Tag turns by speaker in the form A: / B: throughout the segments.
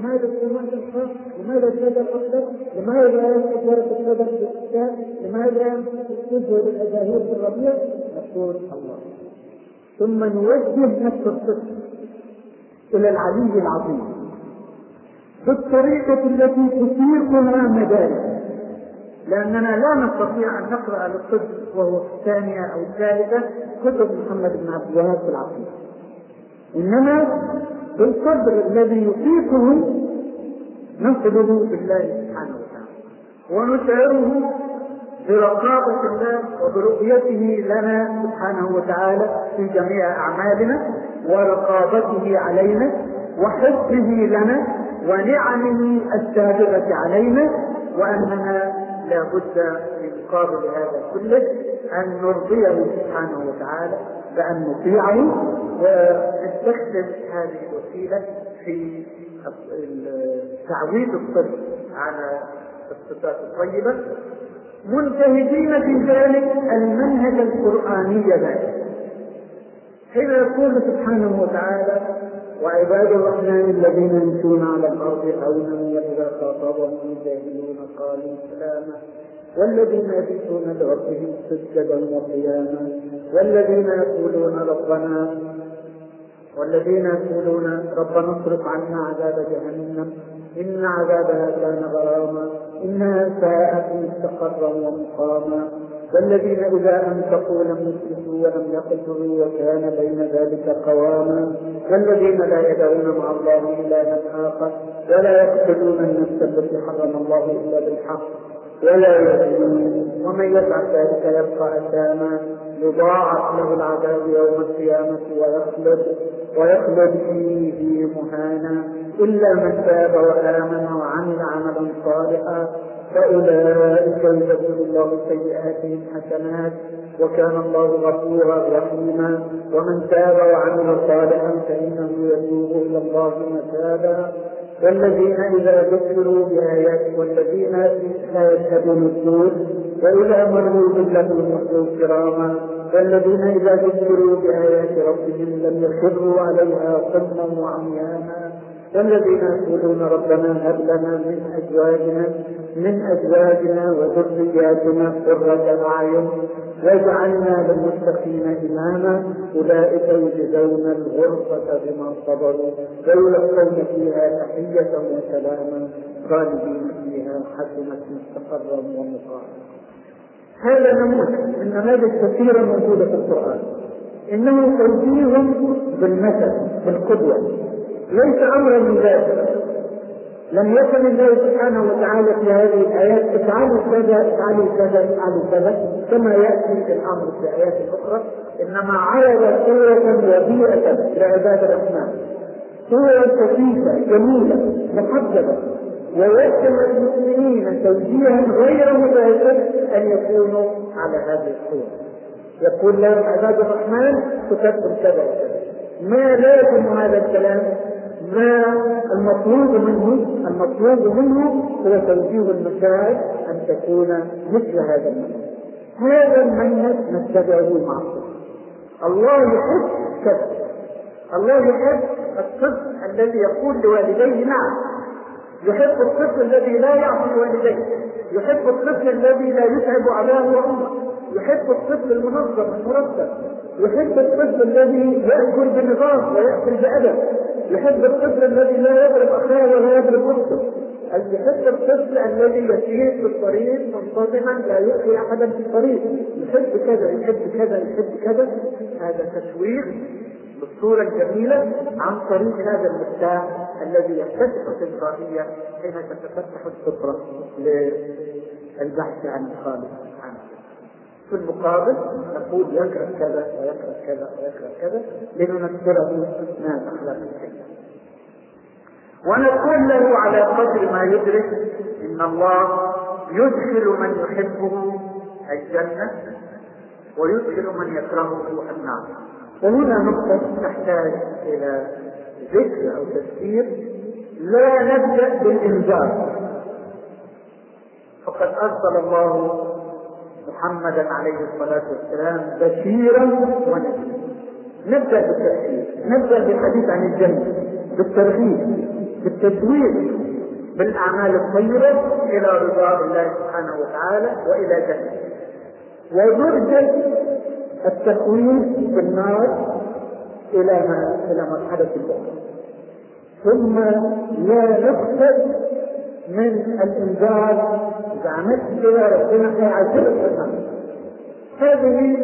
A: لماذا الإيمان بالحق؟ لماذا الجدل الأكثر؟ لماذا يسقط ورقة القدر في الكتاب؟ لماذا تجهد الأجاهير في الربيع؟ نقول الله. ثم نوجه نفس الطفل إلى العلي العظيم بالطريقة التي تسيقنا مدارك، لأننا لا نستطيع أن نقرأ للطفل وهو في الثانية أو الثالثة كتب محمد بن عبد الوهاب في العقيدة، إنما بالقدر الذي يطيقه نصله بالله سبحانه وتعالى ونشعره برقابة الله وبرؤيته لنا سبحانه وتعالى في جميع أعمالنا ورقابته علينا وحفظه لنا ونعمه السابقة علينا، وأننا لا بد من مقابل هذا كله أن نرضيه سبحانه وتعالى بأن نطيعه ونستخدم هذه الوسيلة في تعويد الطفل على الصفات الطيبة، منتهجين في ذلك المنهج القرآني ذلك، حين يقول سبحانه وتعالى: وعباد الرحمن الذين يمشون على الأرض هونا وإذا خاطبهم الجاهلون قالوا سلاما والذين يبيتون لربهم سجدا وقياما والذين يقولون ربنا اصرف عنا عذاب جهنم إن عذابها كان غراما إنها ساءت مستقرا ومقاما والذين إذا أنفقوا لم يسرفوا ولم يقتروا وكان بين ذلك قواما والذين لا يدعون مع الله إلها آخر ولا يقتلون النفس التي حرم الله إلا بالحق ولا يزنون ومن يفعل ذلك يبقى أثاما يضاعف له العذاب يوم القيامة ويخلد فيه مهانا إلا من تاب وآمن وعمل عملا صالحا فأولئك يبدل الله سيئاتهم حسنات وكان الله غفورا رحيما ومن تاب وعمل صالحا فإنه يتوب إلى الله متابا والذين إذا ذكروا بآيات والذين لا يشهدون الزور وإذا مروا باللغو مروا كراما والذين إذا ذكروا بآيات ربهم لم يخروا عليها صما وعميانا والذين يقولون ربنا هب لنا من أزواجنا وذرياتنا قرة أعين واجعلنا للمتقين إماما أولئك يجزون الغرفة بما صبروا ويلقون فيها تحية وسلاما خالدين فيها حسنت مستقرا ومقاما. هذا نموذج من نماذج كثيرة موجودة في القرآن، إنه توجيه بالمثل بالقدوة، ليس أمرا من ذلك. لم يكن الله سبحانه وتعالى في هذه الآيات افعلوا كذا افعلوا كذا افعلوا كذا كما يأتي الأمر في آيات أخرى، إنما عرض صورة وبيئة لعباد الرحمن، صورة كثيفة جميلة محددة، ويسلم المسلمين توجيها غير مباشر أن يكونوا على هذه الصورة. يقول لهم عباد الرحمن تكتب كذا وكذا، ما لازم هذا الكلام؟ ما المطلوب منه هو توجيه المشاعر أن تكون مثل هذا المنهج. هذا المنهج نتبعه مع الله. يحب كذا، الله يحب الطفل الذي يقول لوالديه نعم، يحب الطفل الذي لا يعصي والديه، يحب الطفل الذي لا يتعب أباه وأمه، يحب الطفل المنظم المرتب، يحب الطفل الذي يأكل بنظام ويأكل بأدب، يحب الطفل الذي لا يضرب أخاه ولا يضرب أخته، يحب الطفل الذي يسير في الطريق منتظما لا يؤذي أحدا في الطريق، يحب كذا يحب كذا يحب كذا. هذا تشويق بالصورة الجميلة عن طريق هذا المفتاح الذي يفتح تلقائيا حين تتفتح الفطرة للبحث عن الخالق سبحانه. في المقابل نقول يكره كذا ويكره كذا ويكره كذا لننكره من الأخلاق الحسنة، ونقول له على قدر ما يدرك إن الله يدخل من يحبه الجنة ويدخل من يكرهه النار. وهنا نقطة تحتاج إلى ذكر أو تفسير. لا نبدأ بالإنذار، فقد أرسل الله محمدا عليه الصلاة والسلام بشيرا ونذيرا. نبدأ بالتفسير، نبدأ بالحديث عن الجنة بالترغيب، بالتزويد بالأعمال الطيبة إلى رضا الله سبحانه وتعالى وإلى جنة، ويرجع التخويف بالنار إلى مرحلة الأخرى، ثم لا نقصد من الإنذار إذا عملت كده ربنا هيعذبك في النار. هذه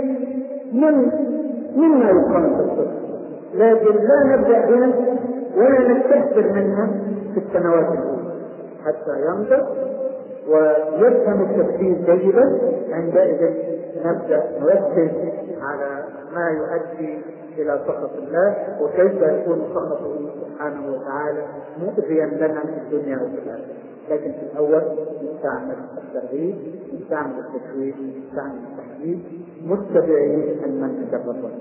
A: مما يقام في الصدق، لكن لا نبدأ بها ولا نستكثر منها في السنوات الأولى حتى ينضج ويفهم التفسير جيدا. عندئذ نبدأ نركز على ما يؤدي إلى سخط الله وكيف يكون سخطه سبحانه وتعالى مؤذيا لنا في الدنيا وفي الآخرة. لكن في الأول نستعمل الترغيب، نستعمل التشويق، نستعمل التحديد، متبعين المنهج الرباني.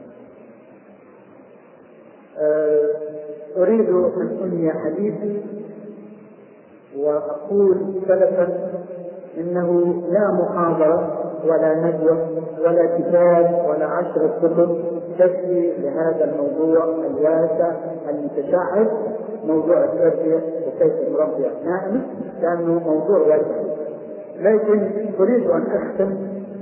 A: أريد أن أنهي حديثي وأقول سلفا إنه لا محاضرة ولا ندوة ولا كتاب ولا 10 كتب تكفي لهذا الموضوع الواسع المتشعب، موضوع التربية وكيف نربي أبنائنا، لأنه موضوع واسع. لكن أريد أن أختم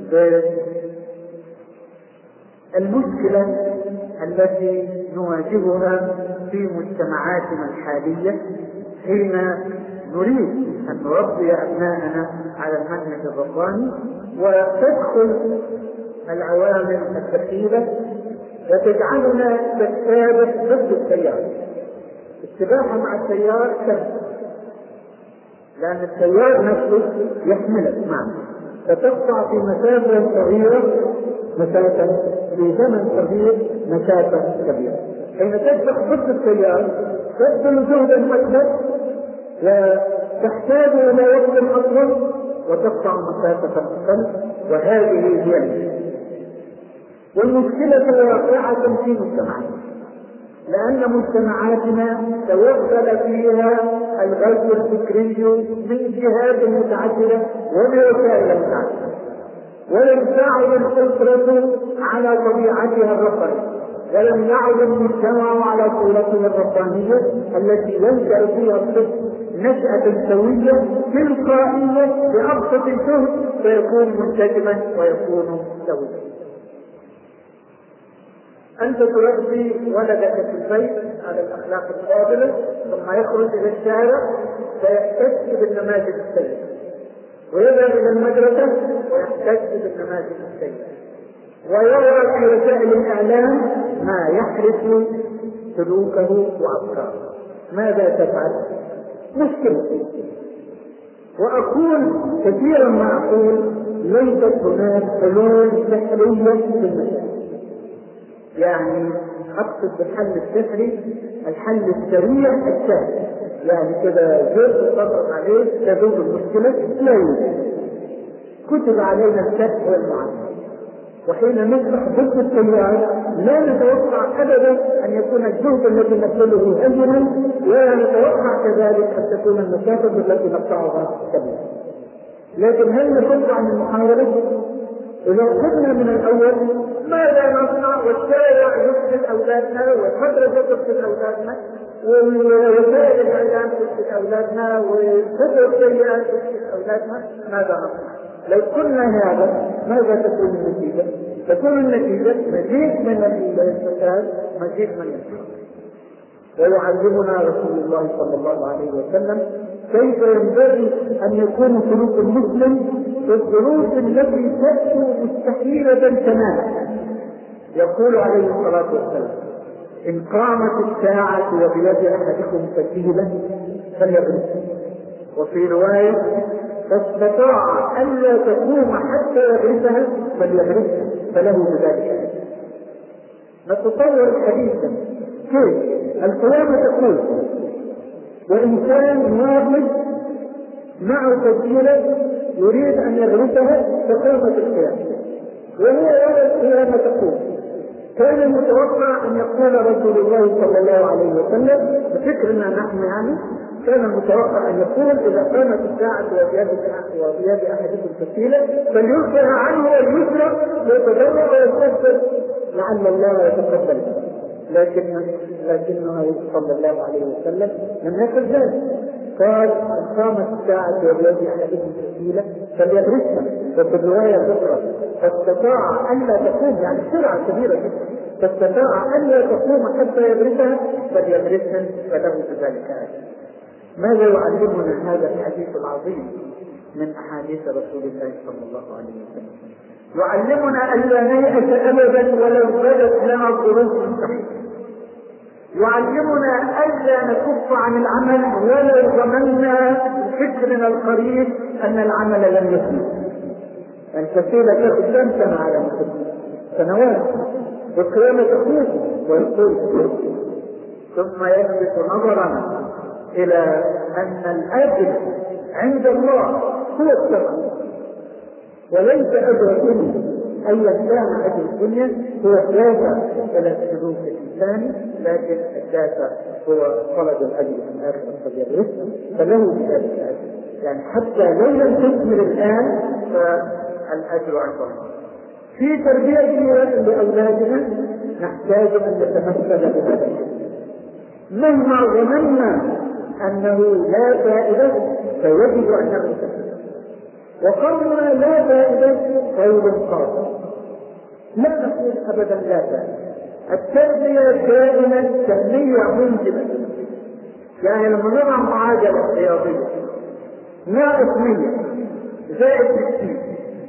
A: بالمشكلة التي نواجهها في مجتمعاتنا الحالية حين نريد أن نربي أبنائنا على المنهج الرباني، وتدخل العوامل الدخيلة وتجعلنا نتسابق ضد التيار. السباحة مع التيار سهل، لأن التيار نفسه يحملك معه، فتقطع في مسافة صغيرة في زمن صغير مسافة كبيرة. حين تسبح ضد التيار تبذل جهدا أكبر وتحتاج إلى وقت أطول وتقطع مسافة أقل، وهذه هي والمشكلة واقعة في مجتمعاتنا، لأن مجتمعاتنا توغل فيها الغزو الفكري من جهات متعددة وبوسائل متعددة، ولم تعد الأسرة على طبيعتها الرقمية، ولم يعد المجتمع على صورته الربانية التي ينشأ فيها الطفل نشأة سوية تلقائية بأبسط الجهد فيكون منسجما ويكون سويا. أنت تربي ولدك في البيت على الأخلاق الفاضلة، ثم يخرج إلى الشارع فيحتج بالنماذج السيئة، ويذهب إلى المدرسة ويحتج بالنماذج السيئة، ويرى في وسائل الإعلام ما يحرس سلوكه وأفكاره. ماذا تفعل؟ مشكلة. وأقول كثيرا ما أقول ليست هناك حلول سحرية في المشاكل، يعني أقصد بالحل السحري الحل السريع السهل، يعني كذا زر تضغط عليه تذوب المشكلة، لا يوجد. كتب علينا السحر والمعاملة، وحين نصبح ضد التيار لا نتوقع ابدا ان يكون الجهد الذي نبذله هينا، ولا نتوقع كذلك ان تكون المسافه التي نقطعها كبيره. لكن هل نصد عن المحاولة؟ إذا قلنا من الأول ماذا نصنع والشارع يفسد أولادنا والمدرسة تفسد أولادنا ووسائل الإعلام تفسد أولادنا والخطوة السيئة تفسد أولادنا، ماذا نصنع؟ لو قلنا هذا ماذا تكون النتيجة؟ تكون النتيجة مزيد من الفساد، مزيد من الفساد. ويعلمنا رسول الله صلى الله عليه وسلم كيف ينبغي أن يكون سلوك المسلم في الظروف التي تبدو مستحيلة تماما. يقول عليه الصلاة والسلام: إن قامت الساعة وبيد أحدكم فتيلة فليغرسها، وفي رواية: فاستطاع ألا تقوم حتى يغرسها فليغرسها فله بذلك. نتصور الحديث كيف القيامة تقول وإنسان واحد معه فتيلة يريد أن يغرسها فقامت القيامة، وهو يرى القيامة تقول. كان المتوقع أن يقول رسول الله صلى الله عليه وسلم بفكرنا نحن، يعني كان المتوقع أن يقول: إذا قامت الساعة وبيد أحدكم فتيلة فليرفع عنه واليسرى ويتجرب ويستغفر لعل الله يتقبل. لكنه صلى الله عليه وسلم لم يقل ذلك. قال إن قامت الساعة وبيد أحدكم سبيلا فليدرسها، وفي الرواية الأخرى فاستطاع ألا تقوم، يعني سرعة كبيرة جدا، فاستطاع ألا تقوم حتى يدرسها فليدرسها فله بذلك أجر. ماذا يعلمنا هذا الحديث العظيم من أحاديث رسول الله صلى الله عليه وسلم؟ يعلمنا ألا نيأس أبدا ولو بدت لنا الظروف مستحيلة. يعلمنا ألا نكف عن العمل ولو ظننا بفكرنا القريب أن العمل لن يكمل. الكثير تأخذ كم سنة على مثل سنوات، والقيامة تخوف ويقول ثم يلفت نظرنا إلى أن الأجر عند الله هو السبب، وليس أجر الدنيا أيا كان أجر الدنيا هو الدافع إلى السلوك الإنساني، لكن الدافع هو طلب الأجر في الآخرة فليدرسه فله بذلك الأجر. يعني حتى لو لم تكمل الآن فالأجر عند الله. في تربيتنا لأولادنا نحتاج أن نتمثل بهذا الشيء. مهما ظننا أنه لا فائدة فيجب أن نغتسل، وقولنا لا فائدة قول قاطع، لا نقول أبدا لا فائدة. التربية دائما تنمية موجبة. يعني لما نضع معادلة رياضية ناقص 100 زائد 60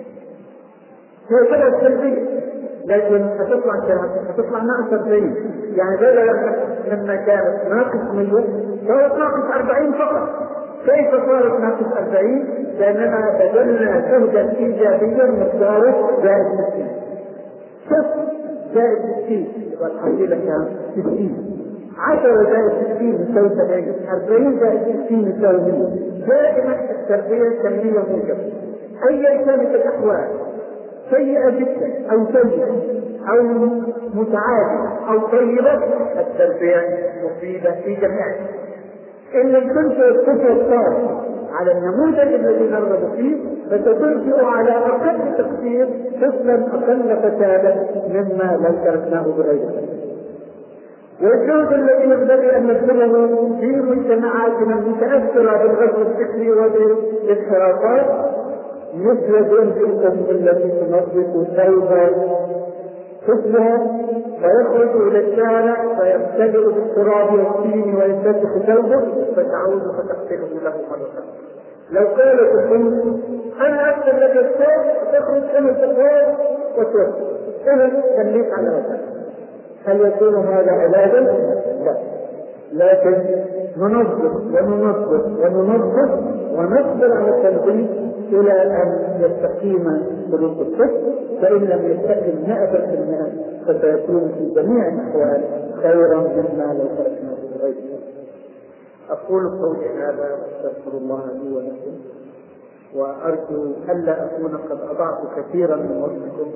A: هي كده التربية، لكن هتطلع ناقص 40. يعني بدل لما كانت ناقص 100 صارت ناقص 40 فقط. كيف صارت ناقص 40؟ لأننا بذلنا جهدا إيجابيا مقداره زائد 60. 6 زائد 60 يبقى الحصيلة كام؟ 60. 10 زائد 60 يساوي 70. 40 زائد 60 يساوي 100. دائما التربية تنمية موجبة أيا كانت الأحوال، سيئة جدا أو سيئة أو متعادلة أو طيبة، التربية مفيدة في جميعها. إن لم تنشئ الطفل الصالح على النموذج الذي نرغب فيه فتنشئ على أقل تقدير طفلا أقل فسادا مما لو تركناه بغير ذلك. والجهد الذي ينبغي أن نبذله في مجتمعاتنا المتأثرة بالغزو الفكري وبالانحرافات مثل بنتكم التي تنظف ثوبا طفلها فيخرج الى الشارع فيبتدئ بالتراب والطين ويفتح ثوبه فتعود فتغسله له مره. لو قالت الام انا اغسل لك الثوب فتخرج كما الثوب وتوسل، اذا خليك على هذا. هل يكون هذا علاجا؟ لا، لكن ننظف ونصبر على التنظيف إلى أن يستقيم سلوك الطفل. فإن لم يستقيم 100% فسيكون في جميع الأحوال خيرا مما لو تركناه بغيره. أقول قولي هذا واستغفر الله لي ولكم، وأرجو ألا أكون قد أضعت كثيرا من وقتكم،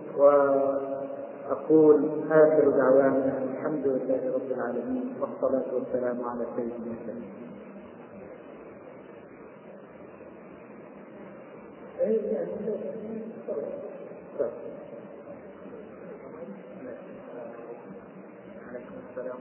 A: وأقول آخر دعوانا الحمد لله رب العالمين والصلاة والسلام على سيدنا محمد. عليكم السلام.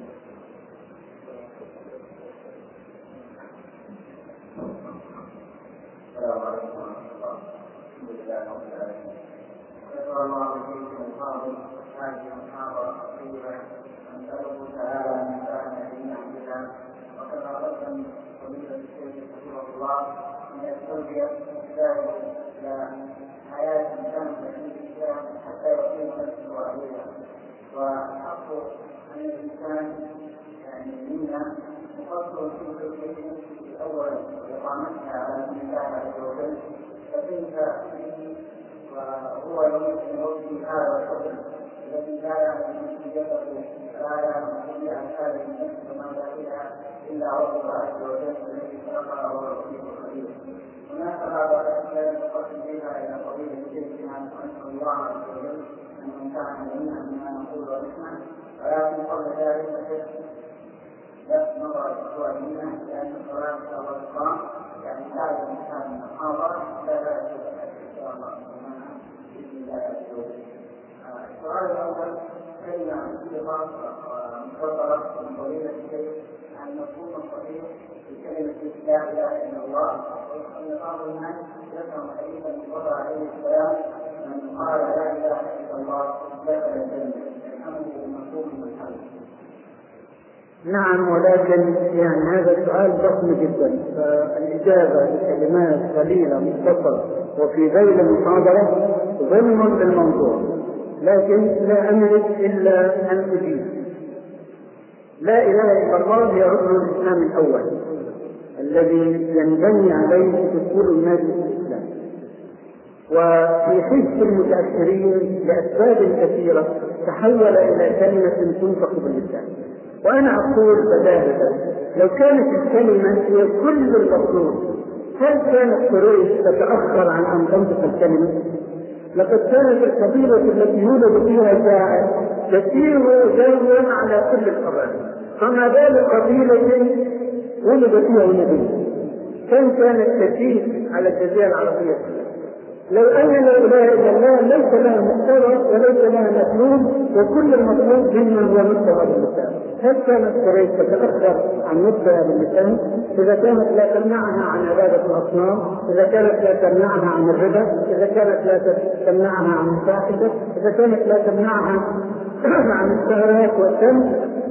B: السلام عليكم ورحمة الله. الحمد لله رب العالمين. شكر الله فيكم الفاضل هذه المحاضرة الطيبة نسأله تعالى أن ينفعنا بما بها، وكما قدم فضيلة الشيخ رحمه الله من التربية تحتاج إلى حياة كاملة للإنسان حتى يقيم نفسه عليها. والحق أن الإنسان منا مقصر في تربية نفسه أولا وإقامتها على دين الله عز وجل، فكيف به وهو يريد من وجه هذا الحكم الذي لا يعلم نتيجته لا يعلم جميع هذه النفس وما داخلها الا ربه عز وجل الذي خلقها وهو اللطيف الخبير. هناك بعض الاشياء نقسم بها الى قضيه شيخنا ونسال الله عز وجل ان ينفعنا جميعا بما نقول ونسمع. ولكن قبل ذلك لا نظر الاسبوع منا لان الصلاه ان شاء الله تقام يعني بعد انتهاء المحاضره لا يجوز ان شاء الله باذن الله عز وجل. السؤال الاول كلمه عن الصفات عن المفهوم الصحيح لكلمة لا إله إلا الله، وأن بعض الناس يفهم حديث المصطفى عليه السلام من قال لا إله إلا الله دخل الجنة، الحمد المفهوم والحمد.
A: نعم، ولكن يعني هذا سؤال ضخم جدا، فالإجابة بكلمات قليلة مختصرة وفي ذيل المحاضرة ظلم للموضوع، لكن لا أملك إلا أن أجيب. لا إله إلا الله هي ركن الإسلام الأول الذي ينبني عليه دخول الناس في الإسلام، وفي حس المتأخرين لأسباب كثيرة تحول إلى كلمة تنطق باللسان. وأنا أقول بداهة، لو كانت الكلمة هي كل المطلوب، هل كانت قريش تتأخر عن أن تنطق الكلمة؟ لقد كانت القبيلة التي يولد فيها شاعر تسير جرا على كل القبائل، فما بال قبيلة ولد فيها نبي؟ كانت تسير على الجزيرة العربية. لو أن لا إله إلا الله ليس لها مقتضى وليس لها مطلوب، وكل المطلوب مما هو مقتضى باللسان. هل كانت قريش تتأخر عن نطقها باللسان؟ إذا كانت لا تمنعها عن عبادة الأصنام، إذا كانت لا تمنعها عن الربا، إذا كانت لا تمنعها عن الفاحشة، إذا كانت لا تمنعها عن السهرات والشمس،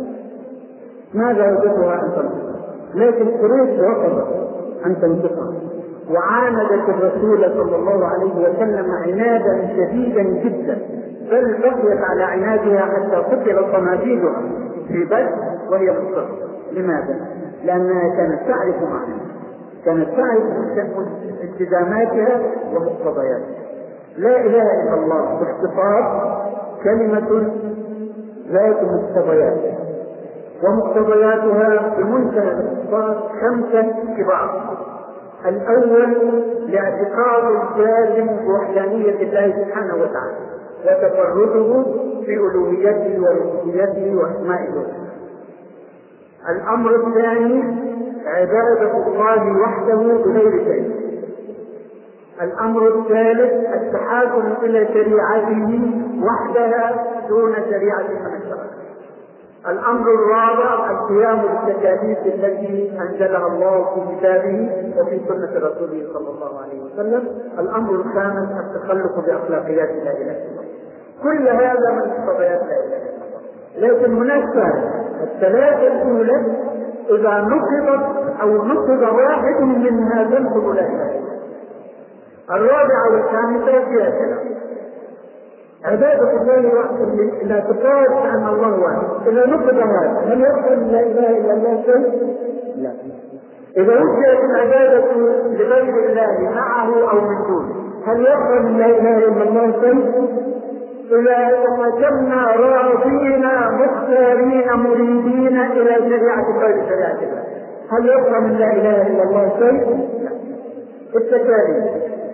A: ماذا يجبها أن تنطق؟ لكن قريش رفضت أن تنطقها، وعاندت الرسول صلى الله عليه وسلم عنادا شديدا جدا، بل بقيت على عنادها حتى قتل صناديدها في بدر وهي مصر. لماذا؟ لأنها كانت تعرف معنى، كانت تعرف التزاماتها ومقتضياتها. لا إله إلا الله باختصار كلمة ذات مقتضيات، ومقتضياتها بمنتهى الاختصار 5 كبار. الأول لاعتقاد الجازم بوحدانية الله سبحانه وتعالى وتفرده في ألوهيته وربوبيته وأسمائه. الأمر الثاني عبادة الله وحده بغير شيء. الأمر الثالث التحاكم إلى شريعته وحدها دون شريعة من اشترك. الأمر الرابع القيام بالتكاليف التي أنزلها الله في كتابه وفي سنة رسوله صلى الله عليه وسلم. الأمر الخامس التخلق بأخلاقيات لا إله إلا الله. كل هذا من مقتضيات لا إله إلا الله. لكن هناك الثلاثة الأولى إذا نقضت أو نقض واحد منها تنقض لا إله إلا الله. الرابعة والخامسة فيها كلام. عبادة الله وحده الاعتقاد أن الله واحد. إذا نقض هذا هل يفهم لا إله إلا الله شيء؟ لا. إذا وجدت العبادة لغير الله معه أو من دونه هل يفهم لا إله إلا الله شيء؟ إذا تقدمنا راضين مختارين مريدين إلى شريعة غير شريعة الله هل يفهم لا إله إلا الله شيء؟ لا. التكاليف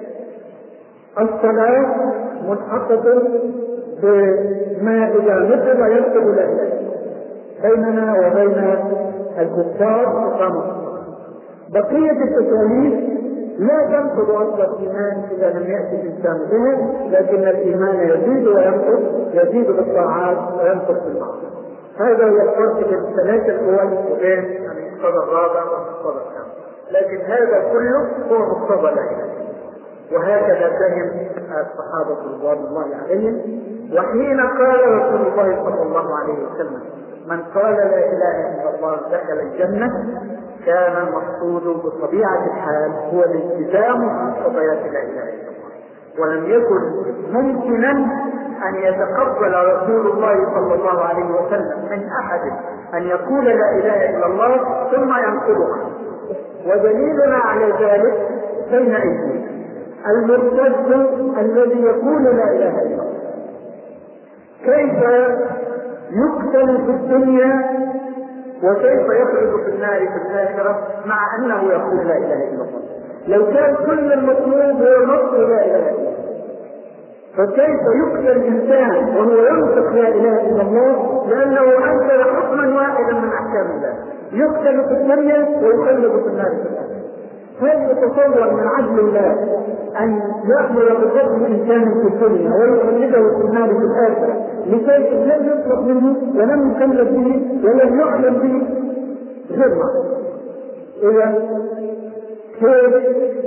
A: الصلاة ملحقة بما إذا نقض يكتب لا إله بيننا وبين الكفار إقامة الصلاة. بقية التكاليف لا تنقض أصل الإيمان إذا لم يأتي الإنسان بها، لكن الإيمان يزيد وينقص، يزيد بالطاعات وينقص بالمعصية. هذا هو الفرق بين الثلاثة الأول وبين المقتضى الرابع والمقتضى الخامس. لكن هذا كله هو مقتضى لا إله. وهكذا فهم الصحابة رضوان الله عليهم. وحين قال رسول الله صلى الله عليه وسلم من قال لا إله إلا الله دخل الجنة، كان المقصود بطبيعة الحال هو الالتزام بقضايا لا إله إلا الله. ولم يكن ممكنا أن يتقبل رسول الله صلى الله عليه وسلم من أحد أن يقول لا إله إلا الله ثم ينقضها. ودليلنا على ذلك بين أيدينا المرتد الذي يقول لا إله إلا الله كيف يقتل في الدنيا وكيف يخرج في النار في الآخرة مع أنه يقول لا إله إلا الله. لو كان كل المطلوب هو نطق لا إله إلا الله فكيف يقتل الإنسان وهو ينطق لا إله إلا الله لأنه أنزل حكما واحدا من أحكام الله يقتل في الدنيا ويخلد في النار في الآخرة. هل يتصور من عدل الله أن يأمر بقتل الإنسان في الدنيا ويخلده في النار في الآخرة لشيء لم يطلق منه ولم يكلف به ولم يعلم به؟ غير معقول. إذا كيف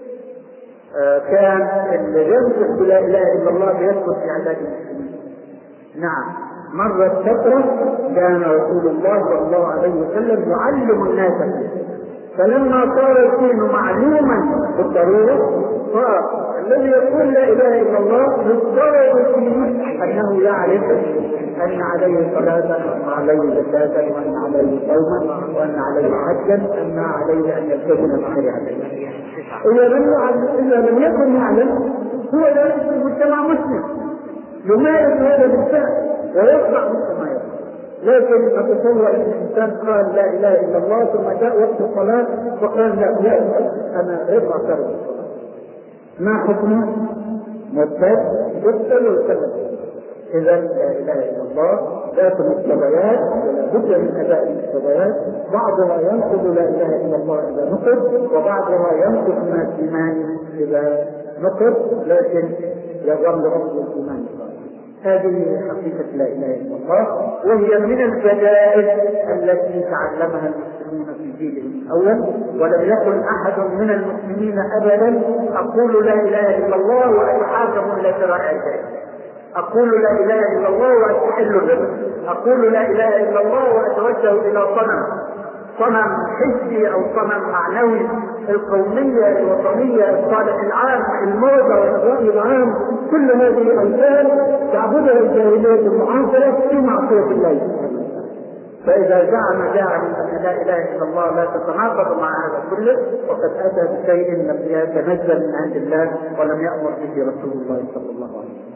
A: كان اللي يثبت بلا إله إلا الله يثبت في عباد المسلمين؟ نعم، مرت فترة كان رسول الله صلى الله عليه وسلم يعلم الناس فيه، فلما صار الدين معلوما بالضرورة صار الذي يقول لا إله إلا الله يفترض فيه أنه يعرف أن عليه صلاة وأن عليه زكاة وأن عليه صوما وأن عليه حجا وأن عليه أن يلتزم بشريعته. إذا لم يكن يعلم هو لا يدخل المجتمع مسلم، يمارس هذا بالفعل ويصنع مثل ما يصنع. لكن أتصور أن الإنسان قال لا إله إلا الله ثم جاء وقت الصلاة وقال لا أنا غير معترف بالصلاة، ما حكمه؟ مرتد يقتل ويسلم. إذا لا إله إلا الله ذات مقتضيات ولا بد من أداء المقتضيات، بعضها ينقض لا إله إلا الله إذا نقض، وبعضها ينقض من الإيمان إذا نقض، لكن يظل أصل الإيمان. هذه حقيقة لا إله إلا الله، وهي من البدائل التي تعلمها المسلمون في جيلهم الأول، ولم يكن أحد من المسلمين أبدا أقول لا إله إلا الله وأتحاكم إلى شرائع الشريعة، أقول لا إله إلا الله وأستحل الربا، أقول لا إله إلا الله وأتوجه إلى صنم حسي أو صنم معنوي، القومية الوطنية الصالح العام الموضة والرأي العام، كل هذه الأوثان تعبدها الجاهلية المعاصرة في معصية الله. فإذا زعم جاعل أن لا إله إلا الله لا تتناقض مع هذا كله، وقد أتى بشيء لم يتنزل من عند الله ولم يأمر به رسول الله صلى الله عليه وسلم.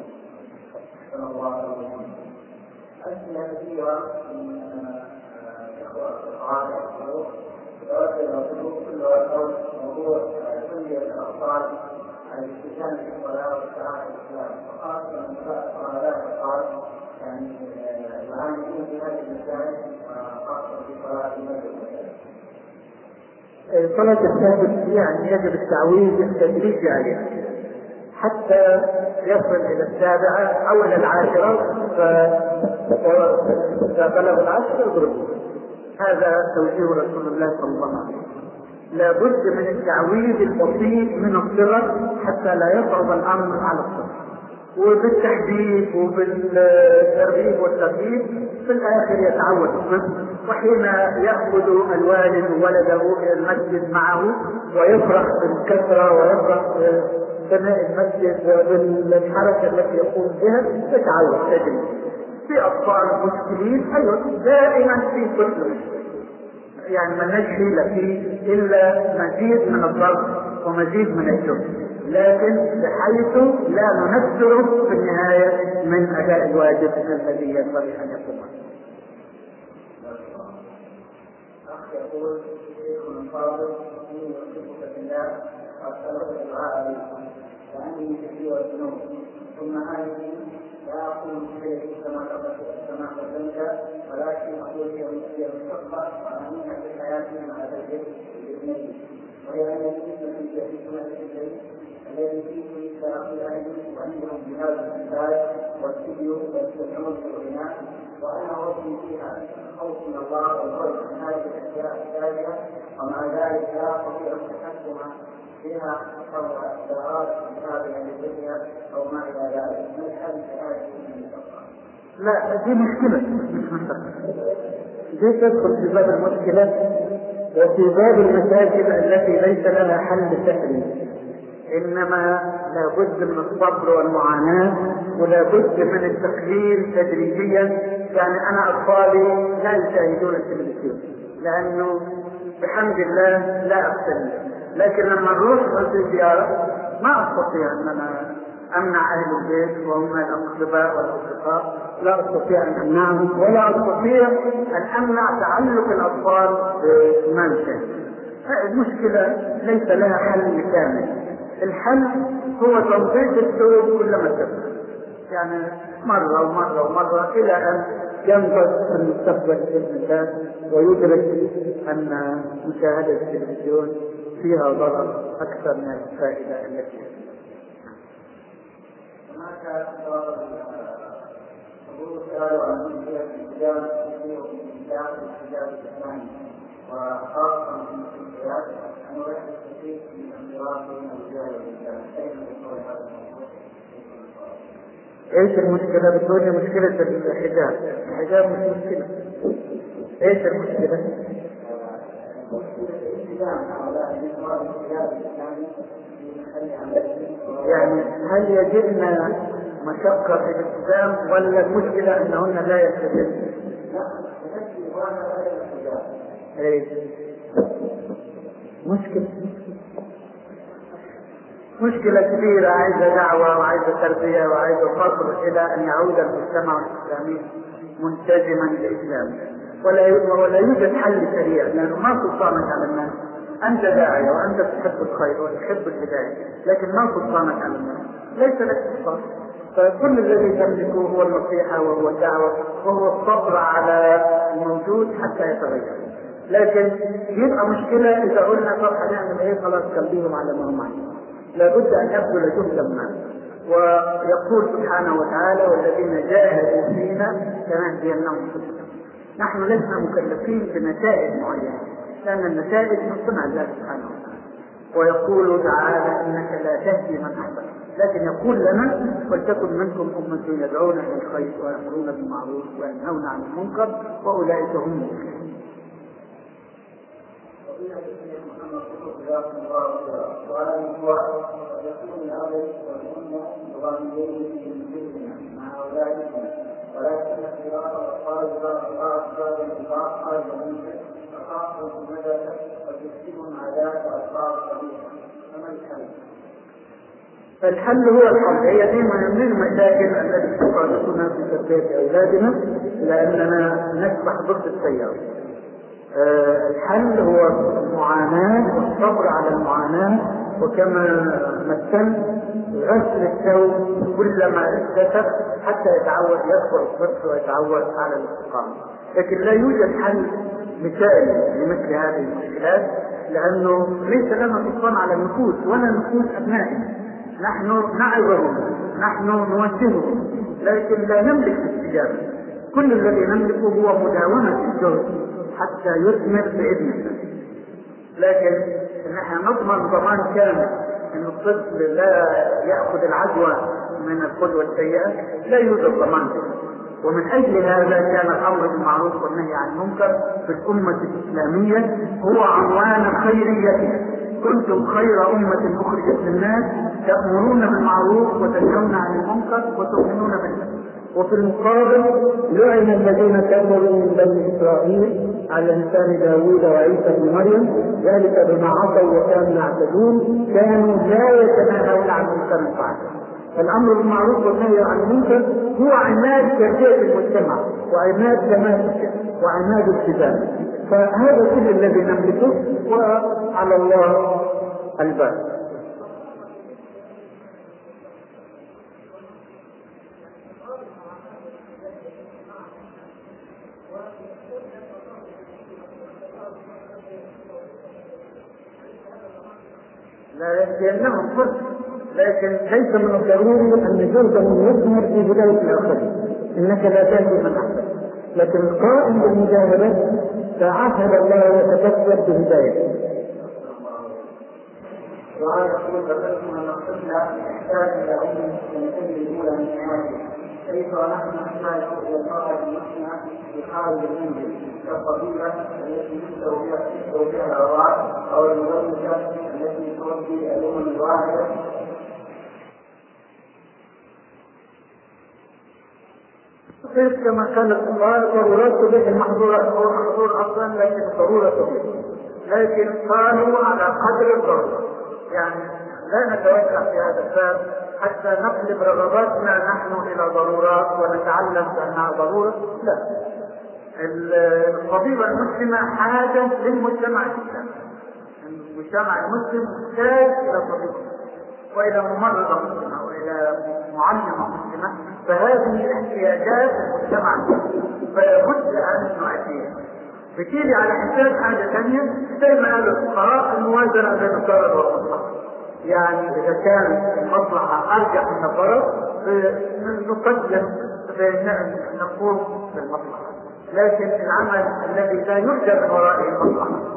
B: أسئلة كثيرة من الإخوة الصغار موضوع تنمية الأطفال على الالتزام بالصلاة والسعادة والإسلام، وخاصة النساء الصغيرات الأطفال يعني يعانون في هذه المسائل وخاصة في صلاة المغرب.
A: صلاة الثابت يعني يجب التعويض التدريجي عليها حتى يصل إلى السابعة أو إلى العاشرة، فإذا بلغ العاشرة يضربه. هذا توجيه رسول الله صلى الله عليه وسلم. لا بد من التعويض البسيط من الصغر حتى لا يصعب الأمر على الصغر، وبالتحديد وبالترغيب والترهيب في الآخر يتعود الطفل، وحين يأخذ الوالد ولده إلى المسجد معه ويفرح بالكثرة ويفرح بناء المسجد وبالحركة التي يقوم بها يتعود تدريجيا. في أطفال مشكلين أيضا دائما في كل مشكلة، يعني ما نجحي فيه إلا مزيد من الضغط ومزيد من الجهد، لكن بحيث لا ننفره في النهاية من أداء الواجب الذي ينبغي أن يقوم به.
B: أخ يقول شيخنا الفاضل إني أحبك في الله وأسألك الدعاء لي وأني كثير الذنوب، ثم هذه لا أقول شيء كما قدمت، ولكن أقول هي مشقة وأهمية في حياتي مع زوجتي بابنتي، وهي أن يكون في سنة البيت الذي فيه تأخذ أهلي وعندهم جهاز الإنتاج والاستديو والتعامل في الغناء، وأنا أوصي فيها الخوف من الله والبعد عن هذه الأشياء التالية، ومع ذلك لا أستطيع التحكم فيها أو الدعوات المشابهة للدنيا أو ما إلى ذلك. ما الحل في هذه المشقة؟
A: لا، دي مشكلة مش مشكلة، دي تدخل في باب المشكلة وفي باب المشاكل التي ليس لها حل سحري، إنما لابد من الصبر والمعاناة، ولابد من التقليل تدريجيا. يعني أنا أطفالي لا يشاهدون التلفزيون لأنه بحمد الله لا أقتل، لكن لما نروح في زيارة ما أستطيع أن أنا أمنع أهل البيت وهم الأقرباء والأصدقاء، لا أستطيع أن أمنعهم، ولا أستطيع أن أمنع تعلق الأطفال بما يشاهدون. المشكلة ليس لها حل كامل. الحل هو تنظيف الثوب كلما تكبر، يعني مرة ومرة ومرة إلى أن ينضج في المستقبل بإذن الله ويدرك أن مشاهدة التلفزيون فيها ضرر أكثر من الفائدة التي
B: هناك حضور سؤال عن الالتزام الاسلامي وخاصة في الحياة أنه يحدث كثير من الانضراب بين الرجال والنساء. أين يكون هذا الموضوع؟
A: ايش المشكلة؟ بتقولي مشكلة الحجاب. الحجاب مش مشكلة. ايش المشكلة؟ يعني هل يجدنا مشقة في الالتزام ولا المشكلة انهن لا يلتزمن؟ ايه مشكلة كبيرة عايزة دعوة وعايزة تربية وعايزة فصل إلى أن يعود المجتمع الإسلامي ملتزما بالإسلام. ولا يوجد حل سريع، لأنه ما سلطانك على الناس. أنت داعية وأنت تحب الخير وتحب الهداية، لكن ما سلطانك على الناس، ليس لك سلطان. فكل الذي تملكه هو النصيحة وهو الدعوة وهو الصبر على الموجود حتى يتغير. لكن يبقى مشكلة إذا قلنا طب هنعمل إيه؟ خلاص خليهم على ما هم عليه. لابد أن يبذل جهدا ما. ويقول سبحانه وتعالى: والذين جاهدوا فينا لنهدينهم سبلنا. نحن لسنا مكلفين بنتائج معينة، لأن النتائج من صنع الله سبحانه وتعالى. ويقول تعالى: إنك لا تهدي من أحببت، لكن يقول لنا: ولتكن منكم أمة يدعون إلى الخير ويأمرون بالمعروف وينهون عن المنكر وأولئك هم المفلحون.
B: وعلى الموضوع يكون الأب والأم ضامنين في مثلنا مع أولادهم، ولكن اختلاف الأطفال بعض الإنفاق والمنكر فخاصة في المدرسة وتكسبهم عادات وأسرار قبيحة. فما الحل؟
A: الحل هو الحل. هي دي من المشاكل التي تقابلنا في تربية أولادنا، لأننا نسبح ضد التيار. الحل هو المعاناة والصبر على المعاناة، وكما مثلت غسل الثوب كلما اتسف حتى يتعود يكبر الطفل ويتعود على الاستقامة. لكن لا يوجد حل مثالي لمثل هذه المشكلات، لأنه ليس لنا سلطان على النفوس ولا نفوس أبنائنا. نحن نعظهم، نحن نوجههم، لكن لا نملك الاستجابة. كل الذي نملكه هو مداومة الجهد حتى يثمر بإذن الله. لكن نحن نضمن ضمان كامل أن الطفل لا يأخذ العدوى من القدوة السيئة، لا يوجد ضمان كامل. ومن أجل هذا كان الأمر بالمعروف والنهي عن المنكر في الأمة الإسلامية هو عنوان خيريتها. كنتم خير أمة أخرجت للناس تأمرون بالمعروف وتنهون عن المنكر وتؤمنون بالله. وفي المقابل لعن الذين كفروا من بني إسرائيل على لسان داوود وعيسى بن مريم، ذلك بما عصوا وكانوا يعتدون، كانوا لا يتناهون عن منكر فعله. الأمر بالمعروف والنهي عن المنكر هو عماد تربية المجتمع وعماد تماسك وعماد التزام. فهذا كل الذي نملكه، وعلى الله البال. لا ينتهي فرص، لكن ليس من الضروري أن جهدهم يثمر في بداية الآخرين. إنك لا تهدي من أحببت، لكن القائم بالمجاهدة تعهد الله وتكسب بهدايته.
B: وهذا يقول: فكرتم أن الطفل يحتاج إلى أم سنتين الأولى من حياته، كيف ونحن نحتاج إلى المرأة المسلمة في خارج المنزل كالطبيبة التي تبدأ بها الأوراق أو المدرسة التي تربي الأم الواحدة؟
A: كما كان ضرورات تبيح المحظورات، هو محظور أصلا لكن ضرورة تبيح، لكن قالوا على قدر الضرورة. يعني لا نتوسع في هذا الباب حتى نقلب رغباتنا نحن إلى ضرورات ونتعلم بأنها ضرورة. لا، الطبيبة المسلمة حاجة للمجتمع الإسلامي. المجتمع المسلم محتاج إلى طبيبة وإلى ممرضة مسلمة وإلى معلمة مسلمة، فهذه احتياجات المجتمع المسلم فلا بد أن نؤديها. بتيجي على حساب حاجة ثانية زي ما قالوا الفقراء: الموازنة بين الضرر والمصلحة. يعني إذا كانت المصلحة أرجح من الضرر نقدم نقوم بالمصلحة، لكن العمل الذي لا يرجى من ورائه المصلحة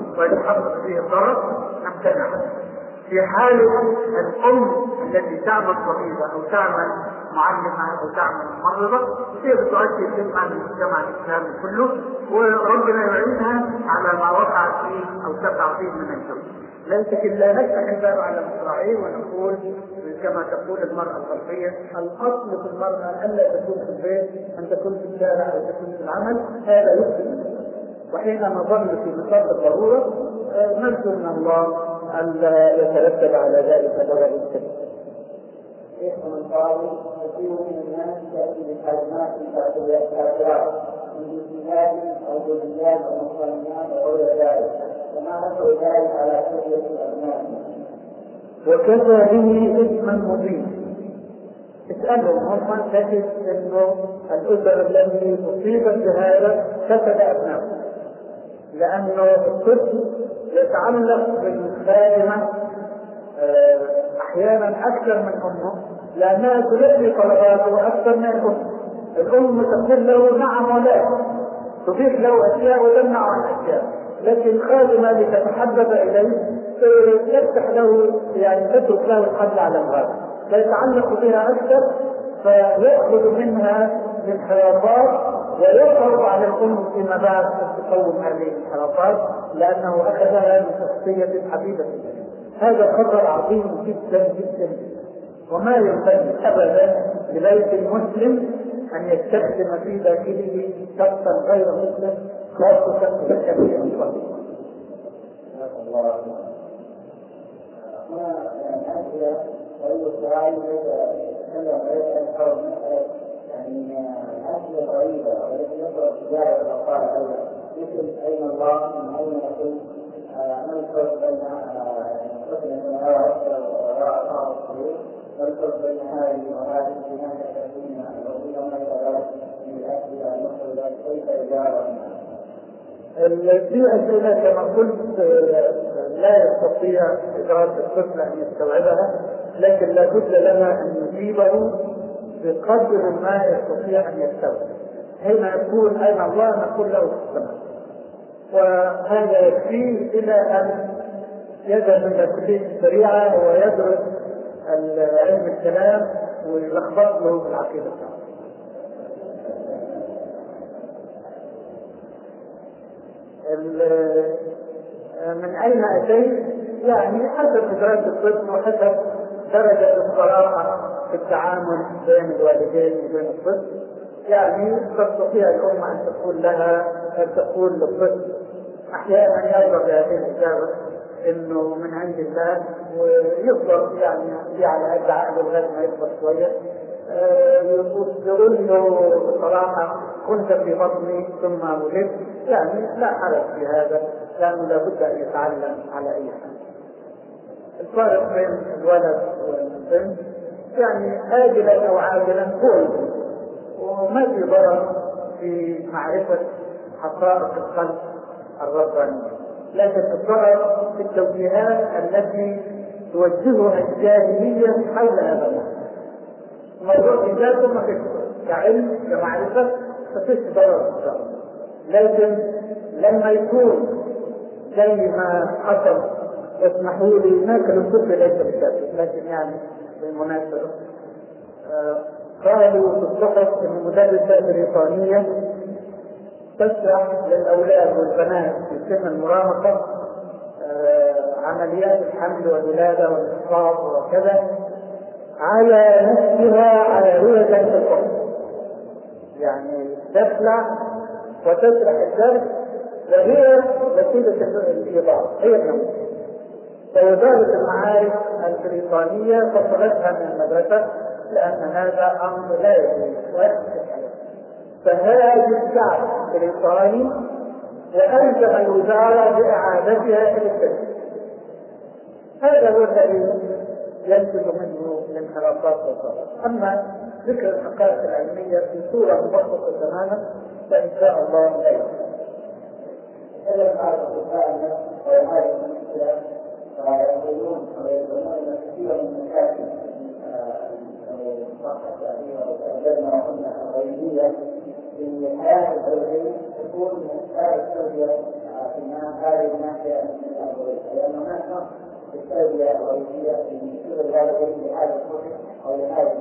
A: ويتحقق فيه الضرر نمتنع. في حالة الأم التي تعمل طبيبة أو تعمل معلمة أو تعمل ممرضة هي بتؤدي خدمة للمجتمع الإسلامي كله، وربنا يعينها على ما وقعت فيه أو تقع فيه من الجرم. لكن لا نفتح الباب على مصراعيه ونقول كما تقول المرأة الغربية الأصل في المرأة ألا تكون في البيت، أن تكون في الشارع أو تكون في العمل. هذا يفسد. وحين نظل في نطاق الضرورة نرجو من الله ألا يترتب على ذلك ضرر كبير.
B: يحكم القاضي كثير من الناس يأتي بالكلمات الكافرات من جنسيات أو جنسيات أو مسلمات أو غير ذلك، وما نقول ذلك على تربية الأبناء.
A: وكفى به إثما مبين. اسألهم هم تجد أنه الأسر التي تصيبت بهذا فسد أبنائهم، لأنه الطفل يتعلق بالخادمة أحيانا أكثر من أمه، لأنها تلبي طلباته أكثر من الأم. الأم تقول له نعم ولا، تضيف له أشياء وتمنع عن أشياء، لكن الخادمة لتتحدث إليه تفتح له يعني تترك له الحل على الغاية، فيتعلق بها أكثر فيأخذ منها الانحرافات ويصعب على الأم فيما بعد أن تقوم هذه الانحرافات لأنه أخذها من شخصية حبيبة. هذا خطر عظيم جدا جدا، وما ينبغي أبدا لبيت المسلم أن يستخدم في داخله شخصا غير مسلم خاصة بالكبير المسلم.
B: هنا الأسئلة والسؤال يتكلم عن حول مسألة يعني أسئلة غريبة والتي يطرق تجاه الأطفال أيضا، مثل أين الله من أين يكون ما الفرق بين حسن السماوات وراء الصدور والفرق بين هذه وهذه بما تكون الوظيفة ما يتغير من الأسئلة المخرجة كيف إجابة عنها؟
A: في أسئلة كما قلت لا يستطيع إدراك الطفل أن يستوعبها، لكن لا بد لنا أن نجيبه بقدر ما يستطيع أن يستوعب. حين يقول أين الله نقول له في السماء، وهذا يكفيه إلى أن يذهب إلى كلية الشريعة ويدرس علم الكلام ويلخبط له في العقيدة. من أين أتيت؟ يعني حسب إدراك الطفل وحسب درجة الصراحة في التعامل بين الوالدين وبين الطفل. يعني تستطيع الأم أن تقول لها أن تقول للطفل أحيانا يرضى بهذه الإجابة إنه من عند الله، ويفضل يعني على قد عقله لغاية ما يكبر شوية. يقول له بصراحة كنت في بطني ثم ولدت، يعني لا حرج في هذا لأنه لابد أن يتعلم على أي حال. الفارق بين الولد والبنت يعني آجلا أو عاجلا هو، وما في ضرر في معرفة حقائق القلب الرباني، لكن الضرر في التوجيهات التي توجهها الجاهلية حول هذا الموضوع. موضوع في ذاته ما فيش كعلم كمعرفة فيش ضرر إن شاء الله، لكن لما يكون زي ما حصل اسمحوا لي ناكل الطفل ليس بالكافر، لكن يعني بالمناسبة قالوا في الصحف ان مدرسة بريطانية تشرح للأولاد والبنات في سن المراهقة عمليات الحمل والولادة والإسقاط وكذا على نفسها على رؤية الطفل، يعني تطلع وتشرح الدرس وهي وسيلة الإيضاح هي النموذج. فوزارة المعارف البريطانية فصلتها من المدرسة لأن هذا أمر لا يجوز ويحدث. فهذا الشعب البريطاني وألزم الوزارة بإعادتها إلى السجن. هذا هو الذي ينتج منه الانحرافات والضرر. أما ذكر الحقائق العلمية في صورة مبسطة تماما فإن شاء الله لا يمكن.
B: إذا بعض الناس وهذه المشكلة فيقولون أن كثيرا من المشاكل الصحة وأجلنا وقلنا الغيبية في حياة الزوجين تكون من أسباب التربية هذه الناحية من الأولوية، لأن هناك نص في التربية الرئيسية في كل الوالدين لهذا الطفل أو لهذه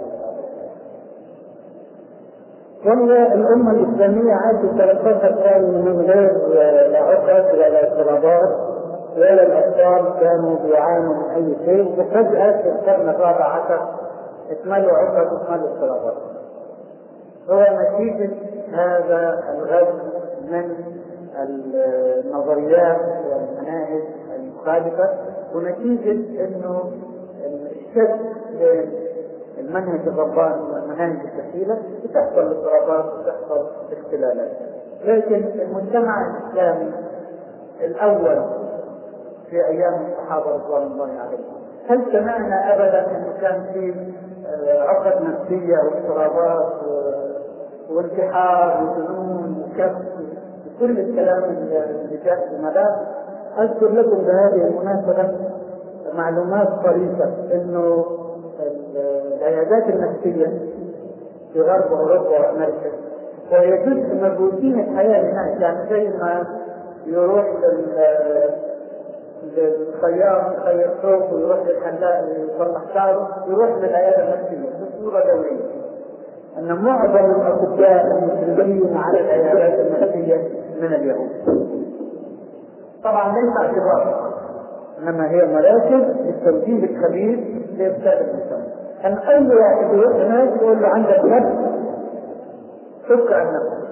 A: والله الأمة الإسلامية عاشت 13 قرن من غير لا عقد ولا اضطرابات ولا الأطفال كانوا بيعانوا من أي شيء، وفجأة في القرن الرابع عشر اتملوا عقد واتملوا اضطرابات. هو نتيجة هذا الغزو من النظريات والمناهج المخالفة، ونتيجة انه الشد المنهج الرباني والمناهج الدخيلة بتحصل اضطرابات وتحصل اختلالات. لكن المجتمع الإسلامي الأول في أيام الصحابة رضوان الله عليهم هل سمعنا أبدا أنه كان في عقد نفسية واضطرابات وانتحار وجنون وكبت وكل الكلام اللي جاء في المدار؟ أذكر لكم بهذه المناسبة معلومات طريفة إنه العيادات النفسية في غرب أوروبا وأمريكا وهي جزء من روتين الحياة هناك، يعني زي ما يروح للخياط يخيط ثوب ويروح للحلاق يصلح شعره يروح للعيادة النفسية بصورة دورية. أن معظم الأطباء المسلمين على العيادات النفسية من اليهود. طبعا ليس اعتبارا، إنما هي مراكز للتوجيه الخبيث لإفساد المجتمع. أن أي واحد يروح هناك يقول له عندك نفس فك عن نفسك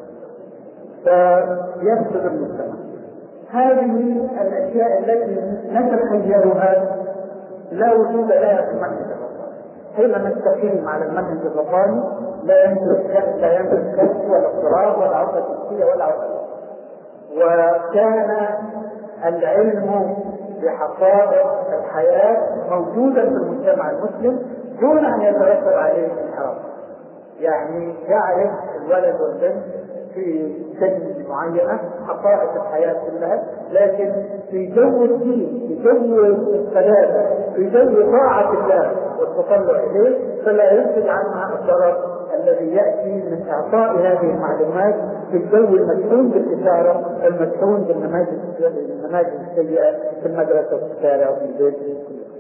A: فيفسد المجتمع. هذه الأشياء التي نتخيلها لا وجود لها في المنهج الرباني. حين نستقيم على المنهج الرباني لا ينزل كسب ولا اضطراب ولا عقد نفسية ولا عقد. وكان العلم بحقائق الحياة موجودا في المجتمع المسلم دون أن يترتب عليه انحراف. يعني يعرف الولد والبنت في سن معينة حقائق الحياة كلها، لكن في جو الدين، في جو السلامة، في جو طاعة الله والتطلع إليه، فلا ينتج عنها الضرر الذي يأتي من إعطاء هذه المعلومات في الجو المدفون بالإثارة المدفون بالنماذج السيئة في المدرسة وفي الشارع وفي البيت وفي كل شيء.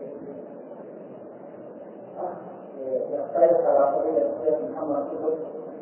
B: يختلف على قضية الشيخ محمد قطب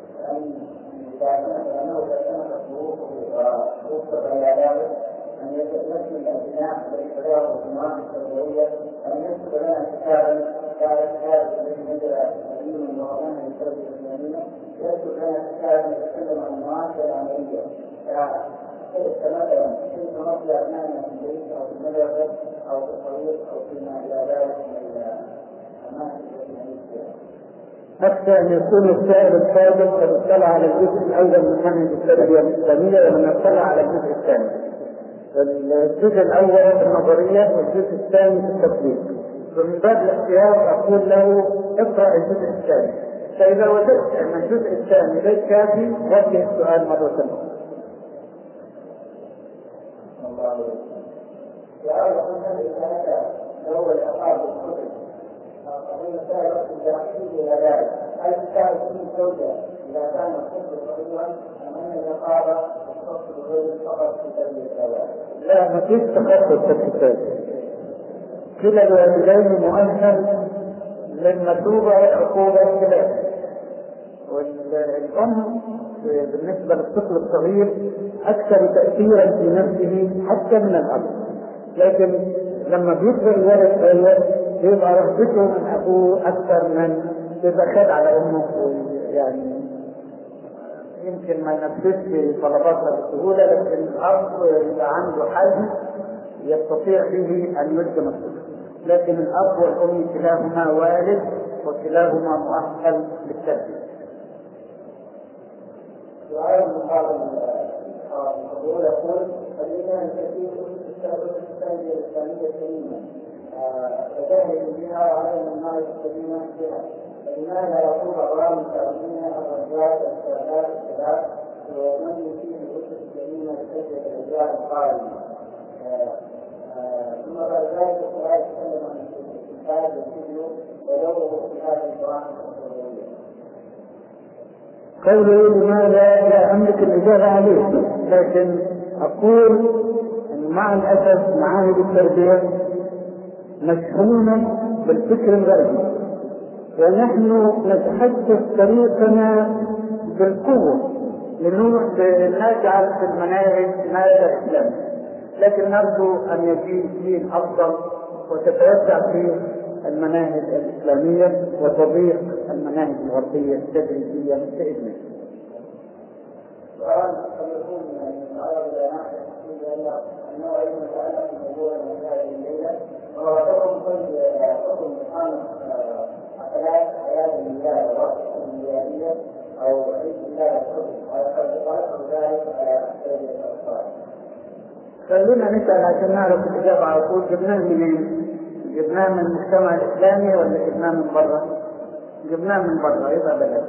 B: أنه تسمى ظروفه وظروف العيادات أن يتمثل الأبناء بالحرية والجماعة التربوية أن يكتب لنا كتابا كتاب الذي نزل قديما وأمامه للتربية الإسلامية يكتب لنا كتابا يتكلم عن المعاشرة العملية كيف مثلا كيف نربي أبنائنا في البيت أو في المدرسة أو في الطريق أو فيما إلى ذلك من الأماكن التي نعيش فيها.
A: حتى أن يكون السائل السابق قد اطلع على الجزء الأول من منهج التربية الإسلامية ومن اطلع على الجزء الثاني. الجزء الأول في النظرية والجزء الثاني في التطبيق. ومن باب الاختيار أقول له اقرأ الجزء الثاني، فإذا وجدت أن الجزء الثاني ليس كافي وجه السؤال مرة ثانية.
B: هو الأصحاب الكتب قضية سائرة التحصيل إلى ذلك هل تساعد في الزوجة إذا كان الطفل صغيرا أم أن الرقابة تخص الغير فقط في تربية الأولاد؟
A: لا، ما فيش تخصص في الكتاب. كلا الوالدين مؤهل للمثوبة والعقوبة كذلك. والأم بالنسبة للطفل الصغير أكثر تأثيرا في نفسه حتى من الأب، لكن لما بيكبر الولد صغير يبقى رغبته من أبوه أكثر من يبقى خد على أمه، يعني يمكن ما ينفذش طلباتها بسهولة، لكن الأب يبقى عنده حل يستطيع به أن يلزم الطفل. لكن الأب والأم كلاهما والد وكلاهما مؤهل للتربية.
B: سؤال مقابل الفضول يقول الإيمان الكثير في التربية الإسلامية الكريمة وجاهد بها وعلينا النار السليمة بها، فلماذا يقول أغرام التعليمية الرجال والشباب الشباب ومن يفيد الأسس الكريمة لتربية الرجال القائمة؟ ثم بعد ذلك السؤال يتكلم عن الإنتاج والفيديو ودوره في هذه البرامج التربوية.
A: قوله لماذا لا أملك الإجابة عليه، لكن أقول أن مع الأسف معاهد التربية مشحونة بالفكر الغربي، ونحن نتحدث طريقنا بالقوة لنجعل في المناهج مادة إسلامية، لكن نرجو أن يجيء جيل أفضل وتتوسع فيه المناهج الإسلامية وتضيق المناهج الغربية تدريجيا بإذن الله.
B: سؤال قد يكون من عرض الجامعة أنه أيضا يتعلق بموضوع المسائل الليلة، وهو حكم إقامة حفلات حياة الميلاد الميلادية أو عيد ميلاد ويطلق ذلك على تربية الأطفال.
A: خلونا نسأل عشان نعرف الإجابة على طول. جبناه منين؟ جبناه من المجتمع الإسلامي ولا جبناه من برا؟ جبناه من برا، يبقى بلاش.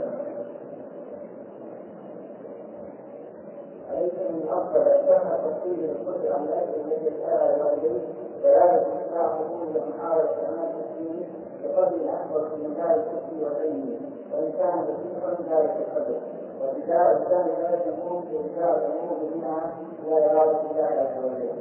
B: أليس من الأفضل أن تفصيل الكل عن الأجل الذي يسألها الوالدين ويعرف إصلاح حقوق محاولة استعمال التسليم بقدر الأكبر في مجال الكفر والعلم، وإن كان بسيطا ذلك القدر، وبداء الثاني ذلك يكون بإنشاء الأمور منها إلى إرادة الله عز وجل.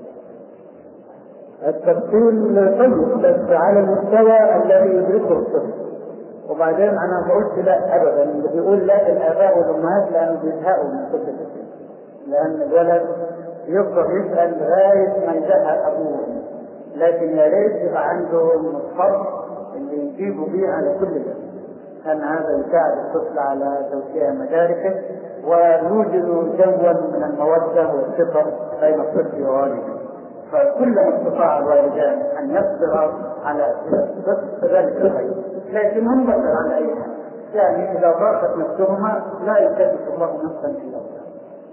A: التفصيل طيب بس على المستوى الذي يدركه الطفل. وبعدين أنا ما قلت لا أبدا، اللي بيقول لا الآباء والأمهات لأنه بيزهقوا من كل شيء، لأن الولد يفضل يسأل لغاية ما يزهق أبوه، لكن يا ريت يبقى عنده الصبر اللي يجيبوا بيه على كل ده، لأن هذا يساعد الطفل على توسيع مداركه ويوجد جوا من المودة والثقة بين الطفل ووالده. فكلما استطاع الوالدان أن يصبر على أسئلة فذلك الخير، لكن هم بشر على أي حال، يعني إذا ضاقت نفسهما لا يكلف الله نفسا إلا وسعها.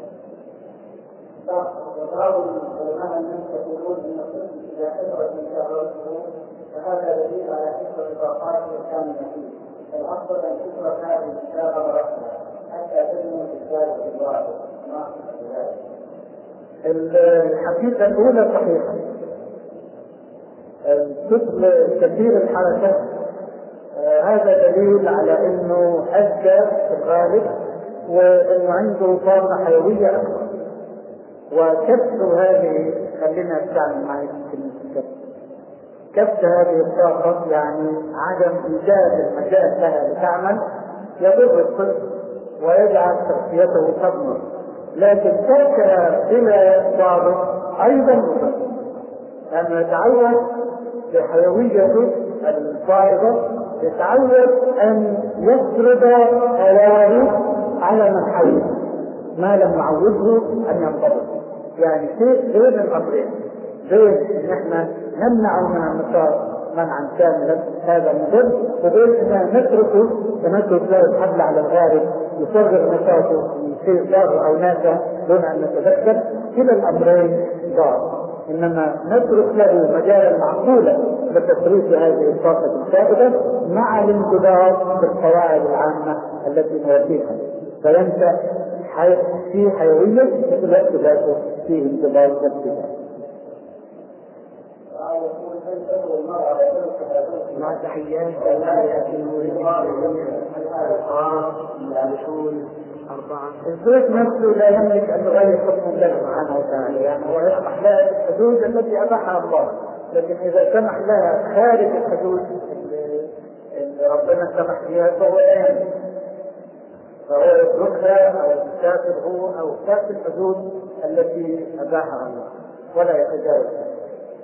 B: وقالوا العلماء الناس يقولون ان الطفل اذا كثرت من شهوته فهذا دليل على كثره طاقات الانسان فيه، فالافضل ان تترك هذه الاشاره مرتبه حتى تنمو الاشاره في الواقع. ما
A: الحقيقه الاولى صحيحه، الطفل كثير الحركه هذا دليل على انه اذكى في الغالب وانه عنده طاقه حيويه اكثر، وكبت هذه خلينا نتعامل معي في كلمة كبت هذه الطاقة يعني عدم إيجاد المجال لها لتعمل يضر الطفل ويجعل شخصيته تضمر، لكن تركها بلا ضابط أيضا مضر، لأنه يتعود بحيويته الفائضة، يتعود أن يفرض هواه على من حوله ما لم نعوده أن ينضبط. يعني شيء بين الأمرين، بين ان احنا نمنع من النشاط منعا كاملا هذا مضر، وبين ان نتركه ونترك له الحبل على الغارب يصغر نشاطه يصير ضار او نافع دون ان نتذكر، كلا الامرين ضار، انما نترك له مجالا معقولا لتصريف هذه الطاقه السائده مع الانضباط بالقواعد العامه التي نربيها، فينشا في حيويه مثل الوقت ذاته فيه انضباط واتباع.
B: مع تحيات
A: الزوج نفسه لا يملك ان يغير حكم الله سبحانه وتعالى، يعني هو يسمح لها الحدود التي اباحها الله، لكن اذا سمح لها خارج الحدود اللي ربنا سمح بها فهو يعمل، فهو يتركها او يسافر هو او يسافر الحدود التي اباحها الله ولا يتجاوزها.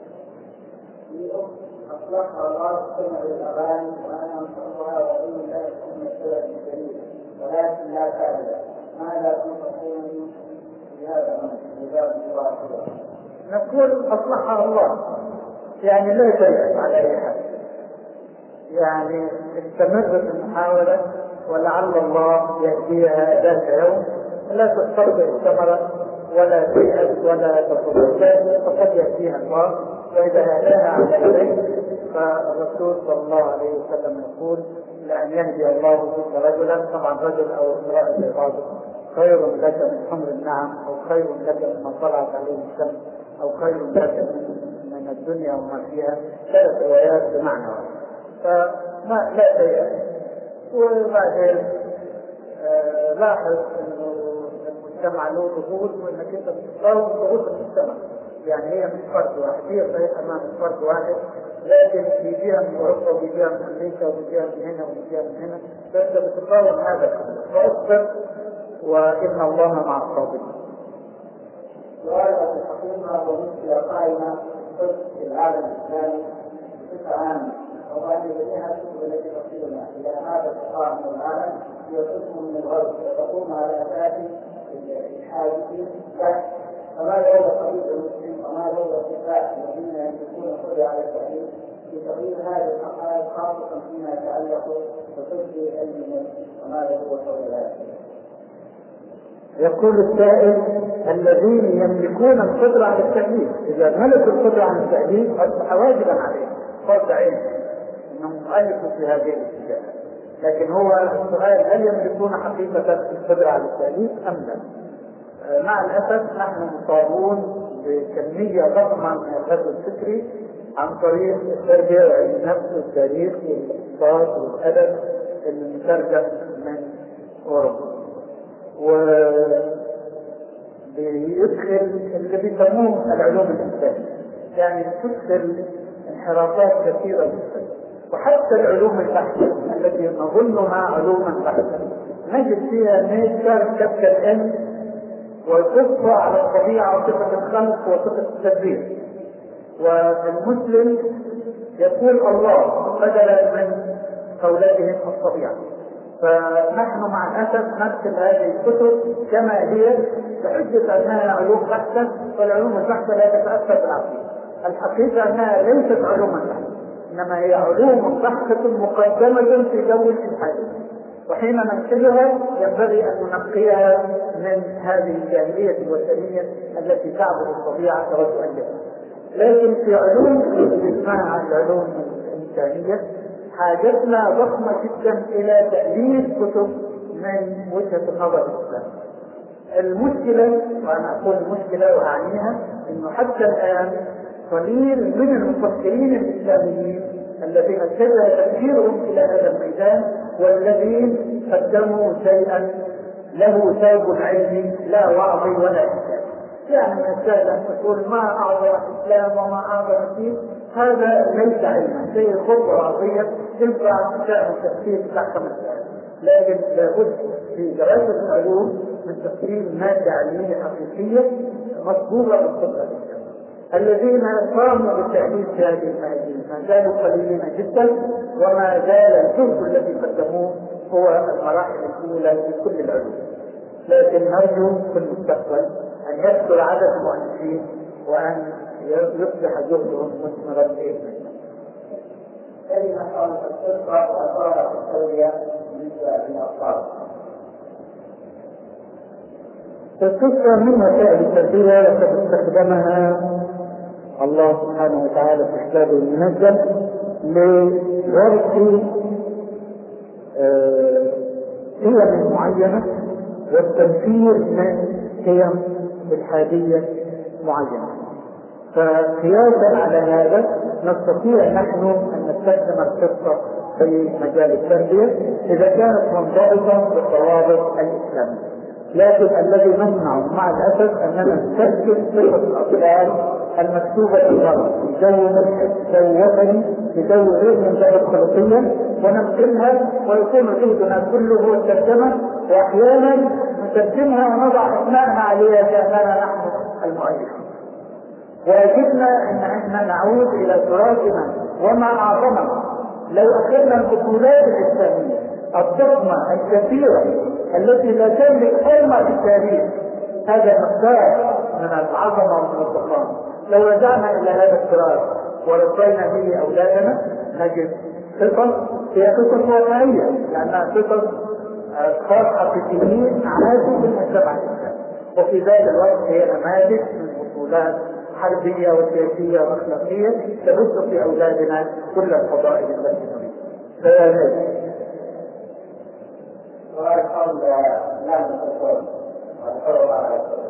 B: أصلحها الله سمع الأغاني وأنا أنصرها وأقول لا يكون السبب الكريم ولكن لا تعلم ماذا تنصحون في هذا الواقع؟
A: نقول أصلحها الله، يعني لا تيأس على أي حال، يعني استمر في المحاولة ولعل الله يهديها ذات يوم، لا تسترضي الثمرة ولا تيأس ولا تتردد، فقد يهديها الله، وإذا هداها على يديه فالرسول صلى الله عليه وسلم يقول لأن يهدي الله بك رجلا، طبعا رجل أو امرأة لغاضب، خير لك من حمر النعم، أو خير لك مما طلعت عليه الشمس، أو خير لك من الدنيا وما فيها، 3 روايات بمعنى واحد، فما لا تيأس. وبعدين لاحظ أنه المجتمع له ضغوط وانك انت بتقاوم ضغوط المجتمع. يعني هي مش فرد واحد، هي صحيح امام فرد واحد، لكن بيجيها من اوروبا وبيجيها من امريكا وبيجيها من هنا وبيجيها من هنا، فانت بتقاوم هذا فاصبر وان الله مع الصابرين.
B: وهذا الحكومة ومثل قائمة في العالم الإسلامي بصفة عامة، وهذه جميع الكتب التي تصلنا إلى هذا القطاع من العالم هي قسم من الغرب وتقوم على أساس الحادث بحث فماذا هو طريق المسلم وماذا هو الاتفاق الذين يملكون القدرة على التأليف في تغيير هذه الحقائق خاصة فيما يتعلق بطب علم النفس وماذا هو طول ذلك.
A: يقول السائل الذين يملكون القدرة على التأليف، إذا ملكوا القدرة على التأليف أصبح واجبا عليهم فرض عين أنهم يؤلفوا في هذه الاتجاه. لكن هو السؤال هل يملكون حقيقة القدرة على التأليف أم لا؟ مع الأسف نحن مصابون بكمية ضخمة من الغزو الفكري عن طريق التربية وعلم النفس والتاريخ والاقتصاد والأدب المترجم من أوروبا، وبيدخل اللي بيسموه العلوم الإنسانية، يعني تدخل انحرافات كثيرة جدا. وحتى العلوم البحثة التي نظنها علوما بحثة نجد فيها نيتشر كابيتال ان والقصة على الطبيعة وصفة الخلق وصفة التدبير، والمسلم يقول الله بدلا من قولتهم الطبيعة. فنحن مع الأسف نرسل هذه الكتب كما هي بحجة أنها علوم بحثة، والعلوم البحثة لا تتأثر بالعقيدة. الحقيقة أنها ليست علوما بحثة، إنما هي علوم بحثة مقدمة في جو الإلحاد، وحين ننقذها ينبغي أن ننقيها من هذه الجاهلية الوثنية التي تعبد الطبيعة وتؤلفها. لكن في علوم اسمها العلوم الإنسانية حاجتنا ضخمة جدا إلى تأليف كتب من وجهة النظر الإسلامية. المشكلة، وأنا أقول المشكلة وأعنيها، أنه حتى الآن قليل من المفكرين الإسلاميين الذين اتجه تفكيرهم إلى هذا الميدان والذين قدموا شيئا له ساب علمي لا وعظي ولا إسلام. يعني من السهل أن تقول ما أعظم الإسلام وما أعظم الدين، هذا ليس علما، شيء خطوة عظيمة ينفع شأن التفكير تحت مسائل، لكن لابد في دراسة العلوم من تقديم مادة علمية حقيقية مصبوغة بالخطة. الذين قاموا بالتأليف في هذه المادة ما زالوا قليلين جدا، وما زال الجهد الذي قدموه هو المراحل الأولى في كل العلوم. لكن نرجو في المستقبل أن يكثر عدد المؤلفين وأن يصبح جهدهم مثمرا بإذن الله.
B: كلمة حول القصة وأثارها في التربية بالنسبة للأطفال.
A: القصة من وسائل التربية وقد استخدمها الله سبحانه وتعالى في كتابه المنزل لورث قيم معينة والتنفير من قيم إلحادية معينة. فقياسا على هذا نستطيع نحن أن نستخدم القصة في مجال التربية إذا كانت منضبطة بالضوابط الإسلامية. لكن الذي نصنعه مع الأسف أننا نستخدم قصص الأطفال المكتوبة في الغرب في جو ملحد، جو وطني، في جو غير منضبط خلقيا، وننقلها ويكون جهدنا كله هو الترجمة، وأحيانا نترجمها ونضع أسماءنا عليها كأننا نحن المؤلفين. ويجبنا أن احنا نعود إلى تراثنا وما أعظمنا. لو أخذنا البطولات الإسلامية الضخمة الكثيرة التي لا تملك حرمة في التاريخ، هذا مقدار من العظمة ومن الضخامة، لو رجعنا إلى هذا التراث وربينا به أولادنا نجد قصص هي قصص واقعية، لأنها قصص أشخاص حقيقيين عاشوا في المجتمع الإسلامي، وفي ذات الوقت هي نماذج من بطولات حربية وسياسية وأخلاقية تبث في أولادنا كل الفضائل التي نريدها.
B: وحول لام التصور والحرم على التصور.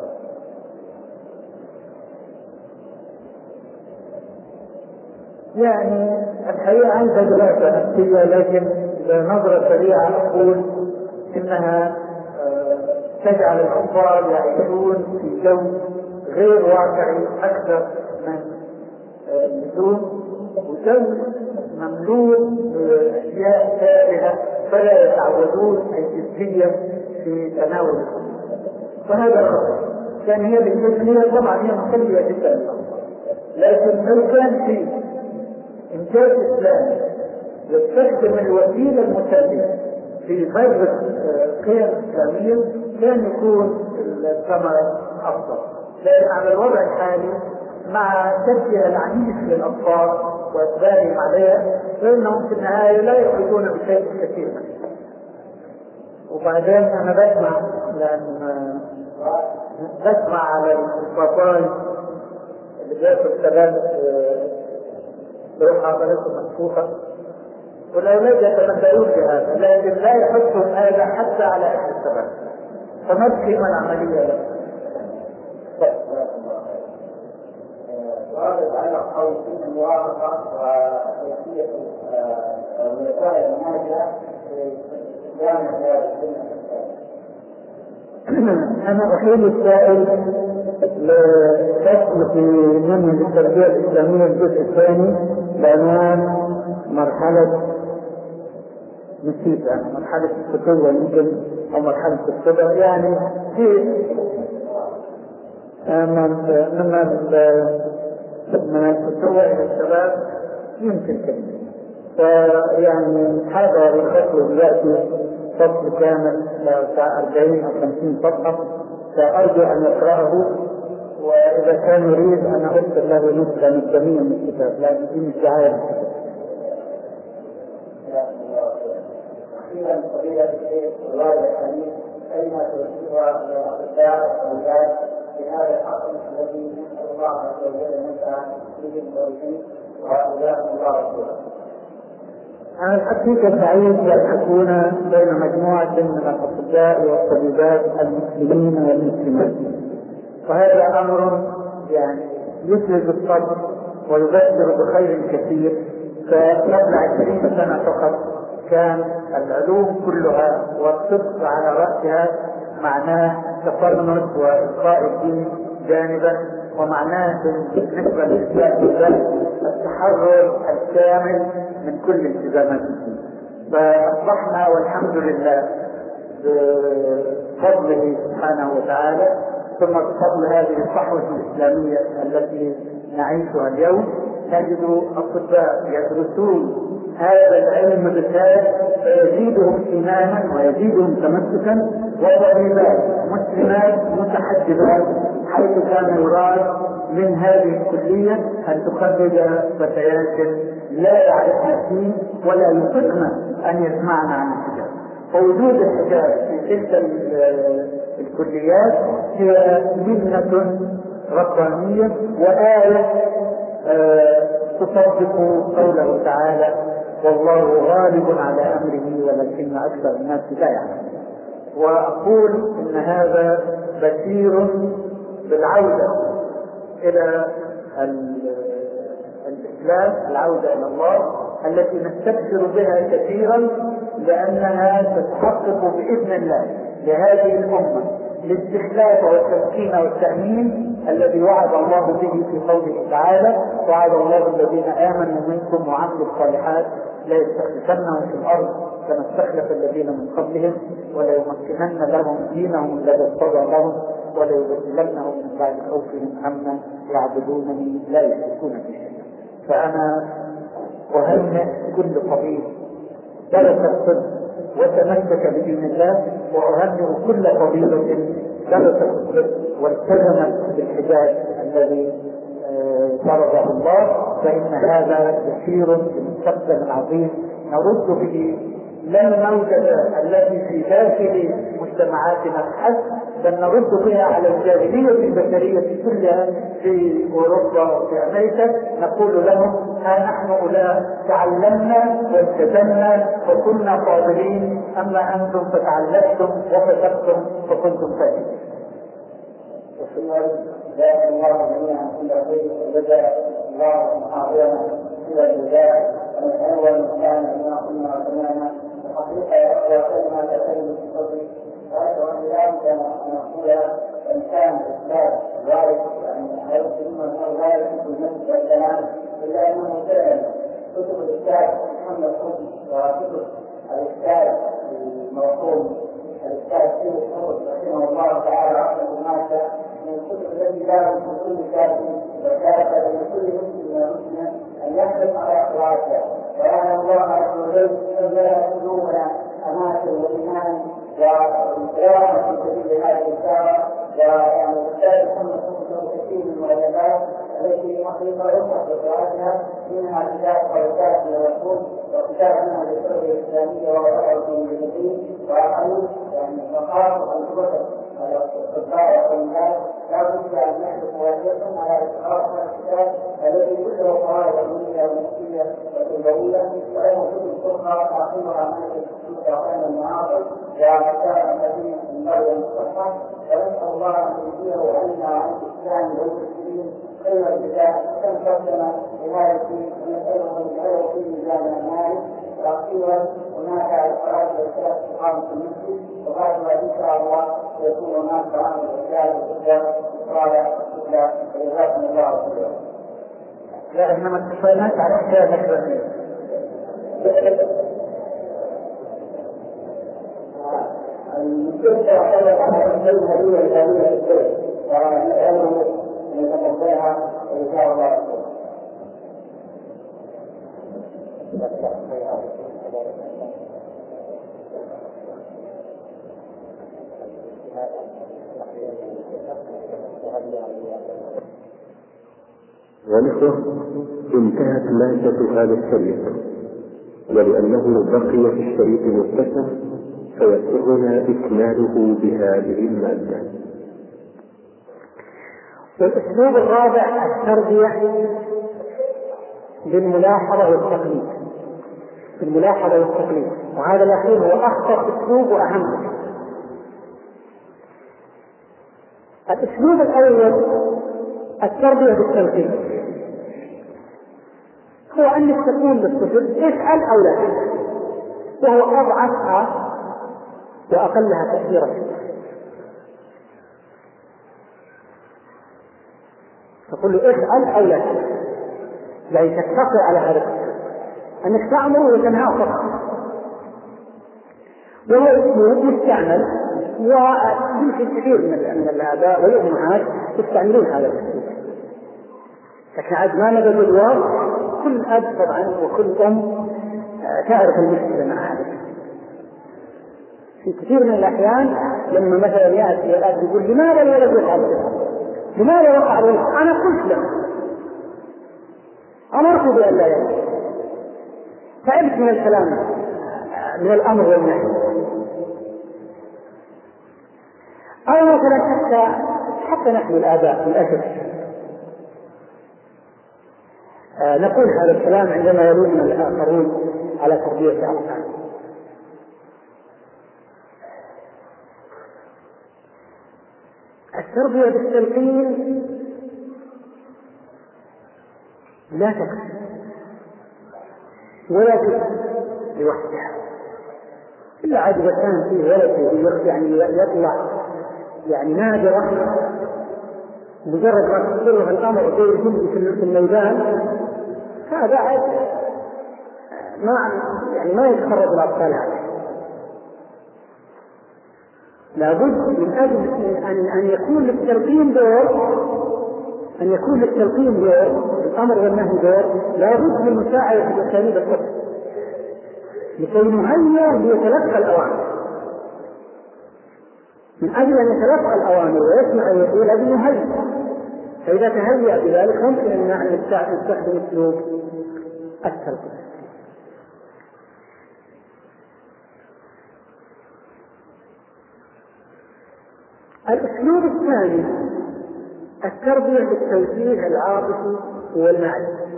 A: يعني الحقيقة عندها دراسة نفسية، لكن بنظرة سريعة أقول إنها تجعل الأطفال يعيشون في جو غير واقعي أكثر من اللزوم، وجو مملوء بأشياء تافهة فلا يتعودون الجدية في تناول. فهذا خطأ. كان هي بالنسبة طبعا هي مخلية جدا، لكن لو كان في إنتاج إسلامي يستخدم الوسيلة المسلية في فرض قيم إسلامية كان يكون الثمر أفضل. لكن على الوضع الحالي مع تسلية العنيف للأطفال وإقبالهم عليها فإنهم في النهاية لا يخرجون بشيء كثير. وبعدين أنا بسمع، لأن بسمع على الفضائل اللي بياخذ الشباب بروح عضلاتهم مفتوحة والأولاد يتمثلون بهذا، لكن لا يحطهم هذا حتى على أهل الشباب، فما القيمة العملية له؟
B: سؤال يتعلق حول سن الموافقة وكيفية الوسائل الناجية في استخدام هذا السن.
A: أنا أحيل السائل لفصل في منهج التربية الإسلامية الجزء الثاني بعنوان مرحلة نسيت أنا مرحلة الفتوة يمكن أو مرحلة الصبر، يعني في من الفتوة إلى الشباب يمكن كده. فيعني هذا الفصل يأتي فصل كامل بتاع 40 أو 50 صفحة، فأرجو أن يقرأه، وإذا كان يريد أن أرسل له نسخة مجانية من الكتاب، لأن دي مش دعاية.
B: أخيرا فضيلة الشيخ والوالد الحديث كلمة توجهها للأطباء والأولاد في هذا العصر الذي نسأل الله عز وجل أن ينفع به التوحيد وجزاكم الله خيرا.
A: أنا الحقيقة سعيد بأن أكون بين مجموعة من الأطباء والطبيبات المسلمين والمسلمات، وهذا أمر يعني يسلج الصدر ويبشر بخير كثير. فقبل 20 سنة فقط كان العلوم كلها والطب على رأسها معناه تفرد وإلقاء الدين جانبا، ومعناه بالنسبة للإسلام التحرر الكامل من كل التزامات الدين. فأصبحنا والحمد لله بفضله سبحانه وتعالى ثم بفضل هذه الصحوة الإسلامية التي نعيشها اليوم نجد أطباء يدرسون هذا العلم بالذات فيزيدهم إيمانا ويزيدهم تمسكا، وطبيبات مسلمات متحجبات، حيث كان يراد من هذه الكلية أن تخرج فتيات لا يعرفن الدين ولا يطيقن أن يسمعن عن الحجاب. فوجود الحجاب في تلك الكليات هي منة ربانية وآية تصدق قوله تعالى: والله غالب على أمره ولكن أكثر الناس لا يعلمون. وأقول إن هذا بشير بالعودة إلى الإسلام، العودة إلى الله التي نستبشر بها كثيرا، لأنها تتحقق بإذن الله لهذه الأمة الاستخلاف والتمكين والتأمين الذي وعد الله به في قوله تعالى: وعد الله الذين آمنوا منكم وعملوا الصالحات لا يستخلفنهم في الأرض كما استخلف الذين من قبلهم وليمكنن لهم دينهم الذي ارتضى لهم وليبدلنهم من بعد خوفهم أمنا يعبدونني لا يشركون بي شيئا. فأنا أهنئ كل طبيب درس الطب وتمسك بدين الله، وأهنئ كل طبيبة درست الطب والتزمت بالحجاب الذي فرضه الله، فإن هذا بشير بمستقبل عظيم نرد به لا الموجة التي في داخل مجتمعاتنا حسب، بل نرد بها على الجاهلية البشرية كلها في أوروبا وفي أمريكا. نقول لهم: ها نحن أولئك تعلمنا والتزمنا وكنا فاضلين، أما أنتم فتعلمتم وفسقتم وكنتم فاسقين.
B: جزاكم الله جميعا كل خير وجزاء الله محاضرنا الى الجزاء ونسأل المكان بما كنا وسمعنا. الحقيقه يا اخوه كلمه تكلم في الصدر واشهد ان لا لابد ان نقول ان كان الاسلام وارد يعني او لا يكون المسجد والكلام الا انه فعلا كتب الاستاذ محمد قطب وكتب الاستاذ المرحوم الاستاذ سيد قطب رحمه الله تعالى رحمه الله من الكتب التي دارت لكل كاتب وكاتب لكل مسلم ان يحرص على قراءتها، وان الله عز وجل لا يخلونا اماكن وايمان وقراءه في سبيل هذه الدعوه. ويعني الاستاذ محمد قطب كثير من العلماء التي حقيقه ينصح بقراءتها، منها كتاب حركات الرسول وكتاب منها للدوله الاسلاميه ووضعه في الدين وعقلوا يعني ثقافه الكتب الأطباء والناس لا بد أن يحدث واجبا على إقراء هذا الكتاب الذي كله قواعد علمية ونفسية وتربوية، وله كتب أخرى تعقيبها منهج وعلم المعاصر وكتاب الذي ينبغي أن يصحح. ونسأل الله أن يجزيه عنا وعن الإسلام والمسلمين خير الجزاء كم قدم لهذا الدين، ونسأله أن يجعله في ميزان أعماله. وأخيرا هناك الصلاة والسلام سبحانه في المسجد، وهذا إن شاء الله يكون هناك عن الرجال والرجال قال جزاكم الله خيرا.
A: لا إنما اتصلناك على أشياء ذكرى
B: المسجد يعتبر على الهدية الإسلامية للدولة، ونسأله أن يتقبلها إن شاء الله.
C: والإخوة انتهت مادة هذا الشريط، ولأنه بقي في الشريط متسع فيسرنا إكماله بهذه المادة.
A: والأسلوب الرابع التربية بالملاحظة والتقليد. بالملاحظة والتقليد، وهذا الأخير هو أخطر أسلوب وأهم. الأسلوب الأول التربية بالتلقين، هو أنك تقول للطفل افعل أو لا تفعل، وهو أضعفها وأقلها تأثيرا. تقول له افعل أو لا تفعل، يعني تقتصر على هذا الأسلوب، أنك تأمر وتنهى فقط. وهو أسلوب مستعمل، ويمكن كثير من الآباء والأمهات يستعملون هذا الأسلوب، لكن عاد ما نبذ الواقع. كل أب طبعا وكل أم تعرف المشكلة مع هذا. في كثير من الأحيان لما مثلا يأتي الأب يقول لماذا الولد يفعل كذا؟ لماذا وقع الولد؟ أنا قلت له، أمرت بأن لا يفعل. تعبت من الكلام، من الأمر والنهي. أو مثلا حتى نحن الآباء للأسف نقول هذا الكلام عندما يلومنا الآخرون على تربية أطفالنا. التربية بالتلقين لا تكفي ولا تكفي لوحدها، إلا عاد كان فيه ولد يعني يطلع يعني نادرا، مجرد ما تصير الأمر غير جندي في الميدان، هذا عاد ما يتخرج الأطفال هذا. لابد من أجل أن يكون للتلقين دور، أن يكون للتلقين دور، الأمر والنهي دور، لابد من مساعدة الأساليب الطفل لكي نهيئ ليتلقى الأوامر. من أجل أن يتلقى الأوامر ويسمع ويقول أجل نهيئ، فإذا تهيأ بذلك ممكن أن نستخدم أسلوب التلقين. الأسلوب الثاني التربية بالتوجيه العاطفي والمعرفي.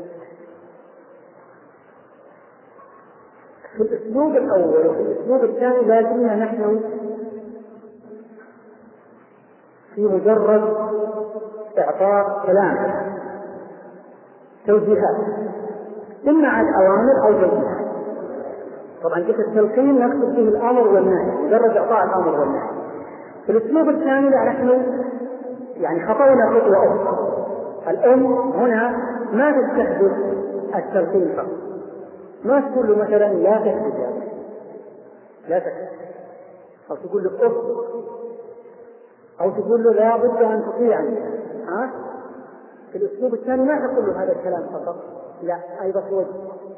A: في الأسلوب الأول وفي الأسلوب الثاني لازمنا نحن في مجرد إعطاء كلام توجيهات، إما عن أوامر أو توجيهات. طبعا في التلقين نقصد فيه الأمر والنهي، مجرد إعطاء الأمر والنهي. في الأسلوب الثاني لا، نحن يعني خطونا خطوة أخرى. الأم هنا ما تستخدم التلقين فقط، ما تقول له مثلا لا تكذب يا بني، لا تكذب، أو تقول له اصدق، أو تقول له لا بد أن تطيعني. في الأسلوب الثاني ما تقول له هذا الكلام فقط، لا، أيضا توجه